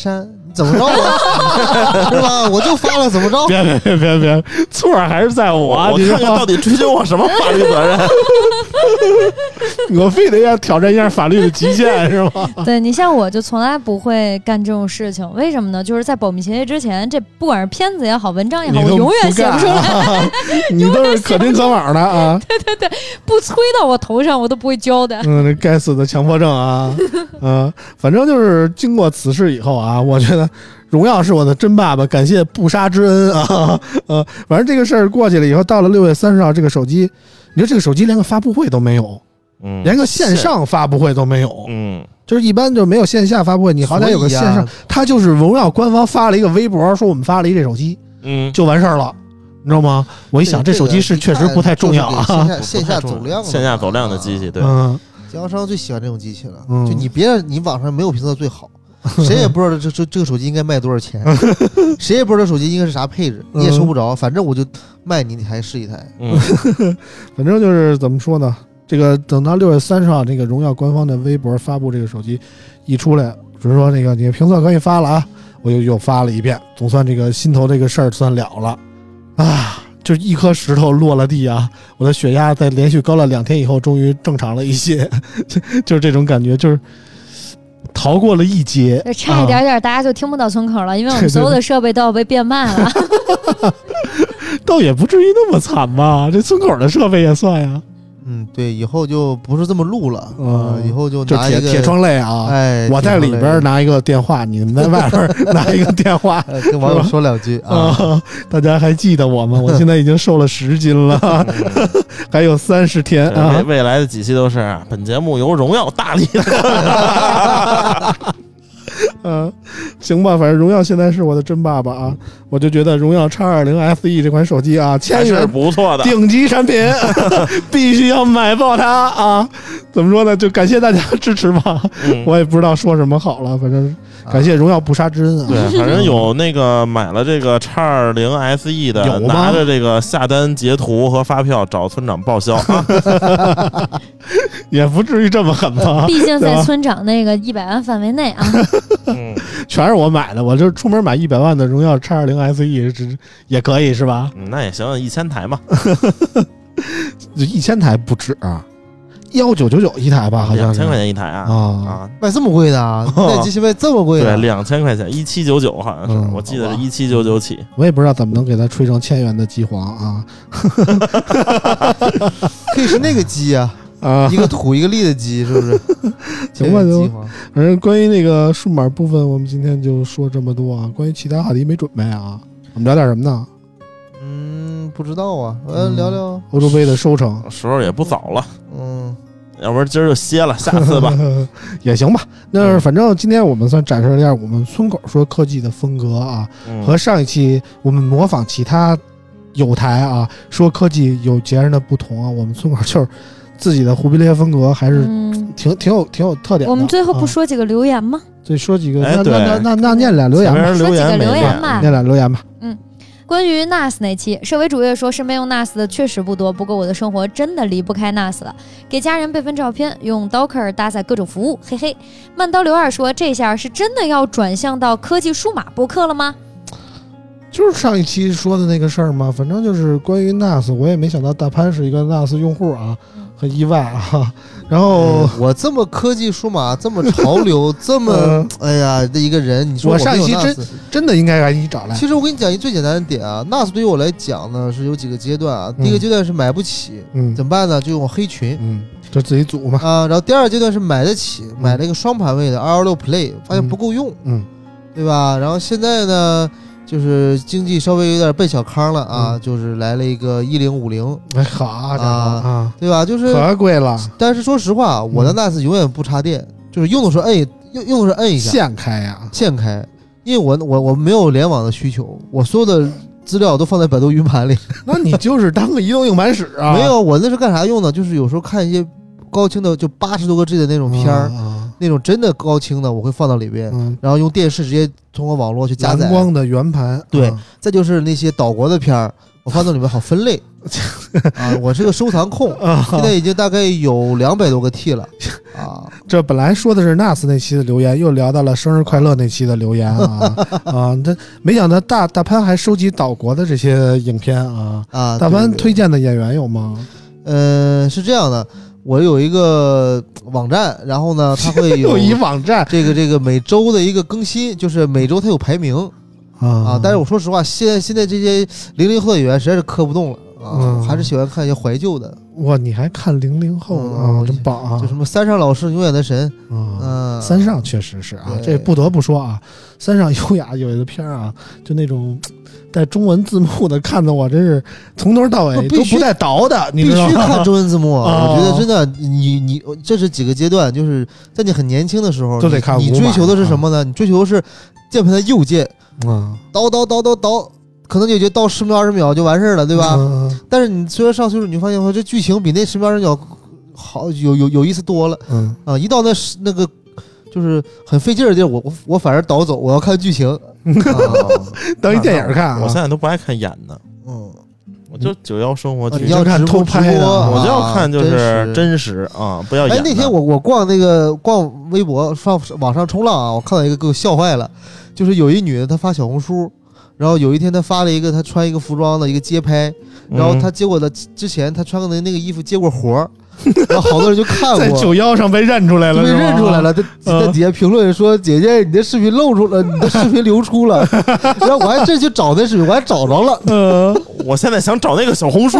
怎么着啊？是吧？我就发了，怎么着？ 别别别别别，错还是在我， 我看看到底追究我什么法律责任？ 我非得要挑战一下法律的极限，是吗？ 对你像我就从来不会干这种事情，为什么呢？就是在保密协议之前，这不管是片子也好，文章也好，我永远写不出来， 啊、你都是可丁可卯的啊！ 对对对，不催到我头上，我都不会交的。 嗯，这该死的强迫症啊！嗯，反正就是经过此事以后啊，我觉得荣耀是我的真爸爸，感谢不杀之恩啊！呃，反正这个事儿过去了以后，到了六月三十号，这个手机，你说这个手机连个发布会都没有。 嗯， 连个线上发布会都没有， 嗯， 就是一般就没有线下发布会，你好歹有个线上，他就是荣耀官方发了一个微博，说我们发了一这手机， 嗯， 就完事儿了，你知道吗？我一想，这手机是确实不太重要啊， 线下线下走量， 线下走量的机器，对， 嗯， 经销商最喜欢这种机器了， 嗯、 就你别你网上没有评测最好。谁也不知道这这这个手机应该卖多少钱，谁也不知道这手机应该是啥配置，你也收不着，反正我就卖你，你台是一台。 嗯， 反正就是怎么说呢？这个等到六月三十号，这个荣耀官方的微博发布这个手机一出来，只是说那个你评测可以发了啊，我又又发了一遍，总算这个心头这个事儿算了了啊！就一颗石头落了地啊！我的血压在连续高了两天以后，终于正常了一些，就是这种感觉，就是。逃过了一劫， 差一点点，大家就听不到村口了，啊、因为我们所有的设备都要被变卖了。 倒也不至于那么惨吧？这村口的设备也算呀。 嗯，对，以后就不是这么录了，嗯，呃、以后就拿一个铁铁窗泪啊， 哎， 我在里边拿一个电话，你们在外边拿一个电话， 跟网友说两句啊、 呃。大家还记得我吗？我现在已经瘦了十斤了，还有三十天啊。 未未来的几期都是本节目由荣耀大力的。 嗯，行吧，反正荣耀现在是我的真爸爸啊，我就觉得荣耀 X 二十 S E 这款手机啊，千元不错的顶级产品，必须要买爆它啊！怎么说呢？就感谢大家支持吧，嗯、我也不知道说什么好了，反正感谢荣耀不杀之恩啊。 对，反正有那个买了这个 X 二十 S E 的，拿着这个下单截图和发票找村长报销啊。 也不至于这么狠吧？ 毕竟在村长那个一百万范围内啊。 嗯， 全是我买的，我就出门买一百万的荣耀 X 二十 S E 也可以是吧？ 嗯，那也行，一千台嘛。 一千台不止啊，幺九九九一台吧，好像两千块钱一台啊啊， 卖这么贵的啊？那机器卖这么贵？ 对，两千块钱，一七九九好像是，嗯、我记得是一七九九起。 我也不知道怎么能给它吹成千元的机皇啊。 可以是那个机啊。 啊， 一个土一个立的机，是不是？ 行吧，就反正关于那个数码部分，我们今天就说这么多啊。关于其他话题没准备啊，我们聊点什么呢？ 嗯，不知道啊，呃，聊聊欧洲杯的收成， 时候也不早了， 嗯， 要不然今儿就歇了，下次吧， 也行吧。那反正今天我们算展示了一下我们村口说科技的风格啊， 嗯、 和上一期我们模仿其他有台啊说科技有截然的不同啊。我们村口就是。自己的忽必烈风格还是挺、嗯、挺有挺有特点的。 我们最后不说几个留言吗？ 对、啊，说几个， 哎、 那那那那念俩留言吧， 说几个留言吧， 念俩留言吧。 嗯，关于 N A S 那期，社委主页说身边用 N A S 的确实不多，不过我的生活真的离不开 N A S 了。给家人备份照片，用 Docker 搭载各种服务，嘿嘿。慢刀刘二说，这下是真的要转向到科技数码播客了吗？ 就是上一期说的那个事儿嘛，反正就是关于 N A S， 我也没想到大潘是一个 N A S 用户啊。很意外啊，然后、 嗯、我这么科技数码，这么潮流，这么、呃、哎呀的一个人，你说 我, 我上一期真真的应该把你找来。 其实我跟你讲一最简单的点啊 ，N A S 对于我来讲呢是有几个阶段啊。嗯、第一个阶段是买不起，嗯，怎么办呢？就用黑群， 嗯，就自己组嘛啊。然后第二阶段是买得起，嗯、买了一个双盘位的 R 六 Play， 发现不够用， 嗯， 对吧？然后现在呢？就是经济稍微有点奔小康了啊， 嗯、 就是来了一个一零五零， 哎，好啊， 啊，对吧？就是可贵了。 但是说实话，我的 N A S 永远不插电，嗯、就是用的时候摁，用用的时候摁一下， 线开呀， 线开，因为我我我没有联网的需求，我所有的资料都放在百度云盘里。 那你就是当个移动硬盘使啊？ 没有，我那是干啥用的？就是有时候看一些高清的，就八十多个 G 的那种片儿。嗯那种真的高清的，我会放到里边，嗯、然后用电视直接通过网络去加载。 蓝光的圆盘， 对， 嗯、 再就是那些岛国的片儿，我放到里面好分类。啊，我是个收藏控，现在已经大概有两百多个 T 了， 啊。 这本来说的是 N A S 那期的留言，又聊到了生日快乐那期的留言啊啊！这没想到大大潘还收集岛国的这些影片啊啊！ 大潘推荐的演员有吗？ 呃，是这样的。我有一个网站，然后呢，它会有有一网站， 这个这个每周的一个更新，就是每周它有排名啊啊。但是我说实话，现在现在这些零零后演员实在是磕不动了啊，嗯、还是喜欢看一些怀旧的。 哇，你还看零零后的啊、嗯，真棒啊！ 就什么三上老师永远的神啊， 嗯， 三上确实是啊，这不得不说啊，三上优雅有一个片啊，就那种。带中文字幕的，看的我真是从头到尾都不带倒的，你知道吗？ 必须看中文字幕。 啊、 我觉得真的，你你这是几个阶段，就是在你很年轻的时候， 都得看。 你追求的是什么呢？啊、你追求的是键盘的右键， 啊， 倒倒倒倒倒，可能也就倒十秒二十秒就完事儿了，对吧？ 啊、 但是你随着上岁数，你就发现说这剧情比那十秒二十秒好有有有意思多了。 嗯啊，一到那那个。就是很费劲的地儿，我我我反而倒走，我要看剧情，啊、 当一电影看、啊。 我现在都不爱看演的，嗯，我就九幺生活剧， 你要看偷拍的， 我就要看就是真实啊，不要演。 哎，那天我我逛那个逛微博上网上冲浪啊，我看到一个给我笑坏了，就是有一女的她发小红书，然后有一天她发了一个她穿一个服装的一个街拍，然后她结果的之前她穿的那个衣服接过活儿。然后好多人就看过， 在九幺上被认出来了， 被认出来了。在在底下评论说：“姐姐，你的视频露出了，你的视频流出了。”然后我还真去找那视频，我还找着了。 嗯， 我现在想找那个小红书。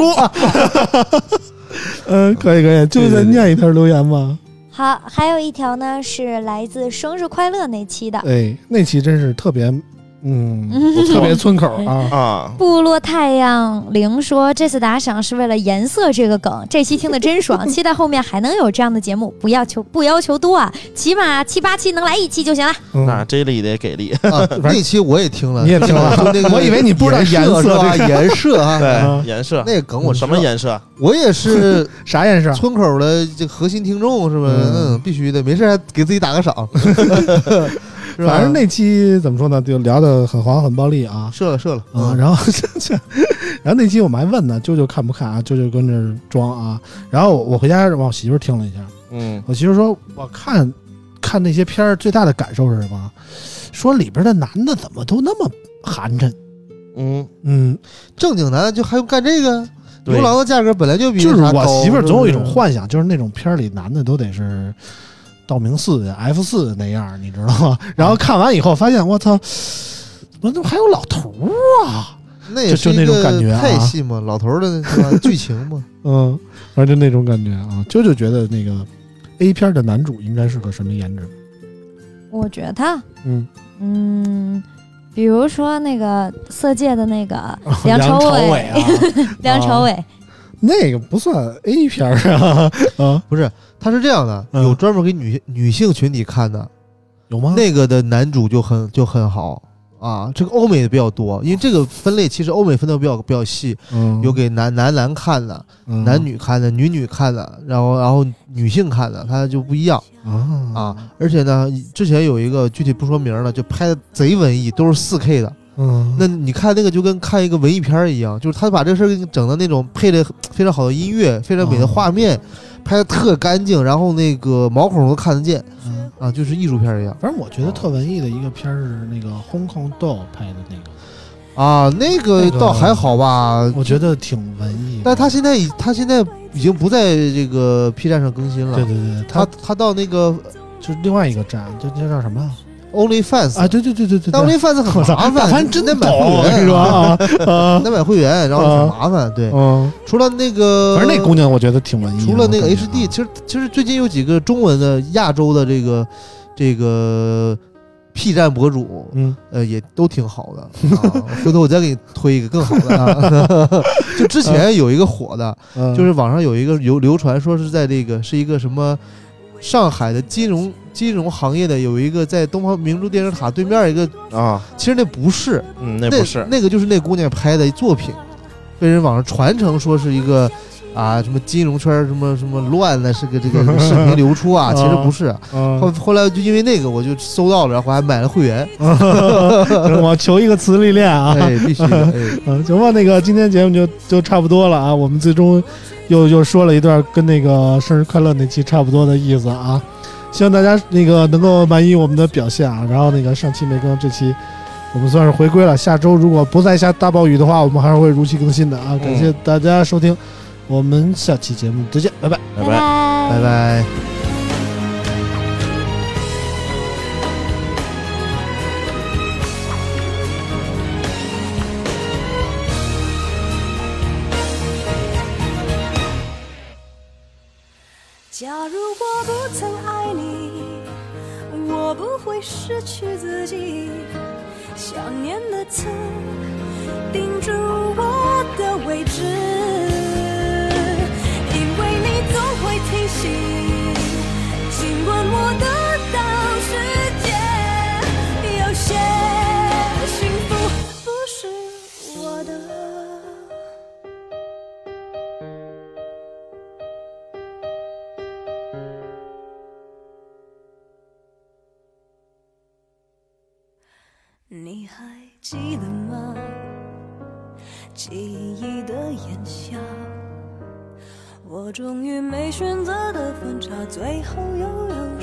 嗯，可以可以，就再念一条留言吧。 好，还有一条呢，是来自生日快乐那期的。 哎，那期真是特别。嗯，特别村口啊啊！ 部落太阳灵说，这次打赏是为了颜色这个梗，这期听得真爽，期待后面还能有这样的节目，不要求不要求多啊，起码七八期能来一期就行了。 嗯、 那这里得给力、 啊，那期我也听了， 你也听了，我以为你不知道颜色啊，颜色啊， 对，颜色那个梗我什么颜色？ 我也是啥颜色？ 村口的这核心听众是吧？嗯，必须的，没事还给自己打个赏。 反正那期怎么说呢，就聊得很黄很暴力啊， 射了射了啊、嗯，然后然后那期我们还问呢，啾啾看不看啊？啾啾跟着装啊，然后我回家让我媳妇听了一下， 嗯， 我媳妇说，我看看那些片儿最大的感受是什么？说里边的男的怎么都那么寒碜？ 嗯嗯， 正经男的就还用干这个？牛郎的价格本来就比就是我媳妇总有一种幻想，就是那种片里男的都得是。道明寺的 F 四那样，你知道吗？然后看完以后发现，我操，我怎么还有老头啊？ 那也是就那种感觉啊， 太戏嘛，老头的是吧？剧情嘛， 嗯，反正就那种感觉啊。啾啾觉得那个 A 片的男主应该是个什么颜值？ 我觉得， 嗯嗯，比如说那个《色戒》的那个梁朝伟啊， 梁朝伟。 那个不算 A 片啊，啊， 不是，他是这样的， 嗯、 有专门给女女性群体看的， 有吗？ 那个的男主就很就很好啊，这个欧美的比较多，因为这个分类其实欧美分的比较比较细， 嗯， 有给男男男看的、嗯，男女看的，女女看的，然后然后女性看的，它就不一样啊啊，而且呢，之前有一个具体不说名了，就拍的贼文艺，都是 四 K 的。 嗯， 那你看那个就跟看一个文艺片一样，就是他把这个事儿给你整的那种配的非常好的音乐，非常美的画面，哦、拍的特干净，然后那个毛孔都看得见， 嗯啊，就是艺术片一样。 反正我觉得特文艺的一个片是那个《Hong Kong Doll》拍的那个， 啊，那个倒还好吧， 那个、我觉得挺文艺。 但他现在已他现在已经不在这个 P 站上更新了。 对对对， 他他到那个就是另外一个站，就那叫什么？ OnlyFans 啊，对对对对对， 但 OnlyFans 很麻烦， 反正真得买会员是吧？啊， 得买会员，然后很麻烦。对， 嗯， 除了那个， 反正那姑娘我觉得挺文艺。 除了那个 H D， 其实其实最近有几个中文的亚洲的这个这个 P 站博主， 嗯， 呃，也都挺好的。啊、回头我再给你推一个更好的。啊、就之前有一个火的， 嗯、 就是网上有一个流流传说是在这个是一个什么上海的金融。金融行业的有一个在东方明珠电视塔对面一个啊， 其实那不是， 嗯，那不是， 那个就是那姑娘拍的作品，被人网上传承说是一个啊，什么金融圈什么什么乱的，是个这个视频流出啊，其实不是。后后来就因为那个，我就搜到了，然后还买了会员。 我求一个磁力链啊！ 哎，必须的。哎， 嗯，行吧，那个今天节目就就差不多了啊。我们最终又又说了一段跟那个生日快乐那期差不多的意思啊。希望大家那个能够满意我们的表现啊。然后那个上期没更，这期我们算是回归了。下周如果不再下大暴雨的话，我们还是会如期更新的啊。感谢大家收听。我们下期节目再见，拜拜， 拜拜， 拜拜。 假如我不曾爱你，我不会失去自己，想念的刺钉住我的位置，因为你总会提醒，尽管我得到世界，有些幸福不是我的。你还记得吗？记忆的炎夏，我终于没选择的分岔，最后又有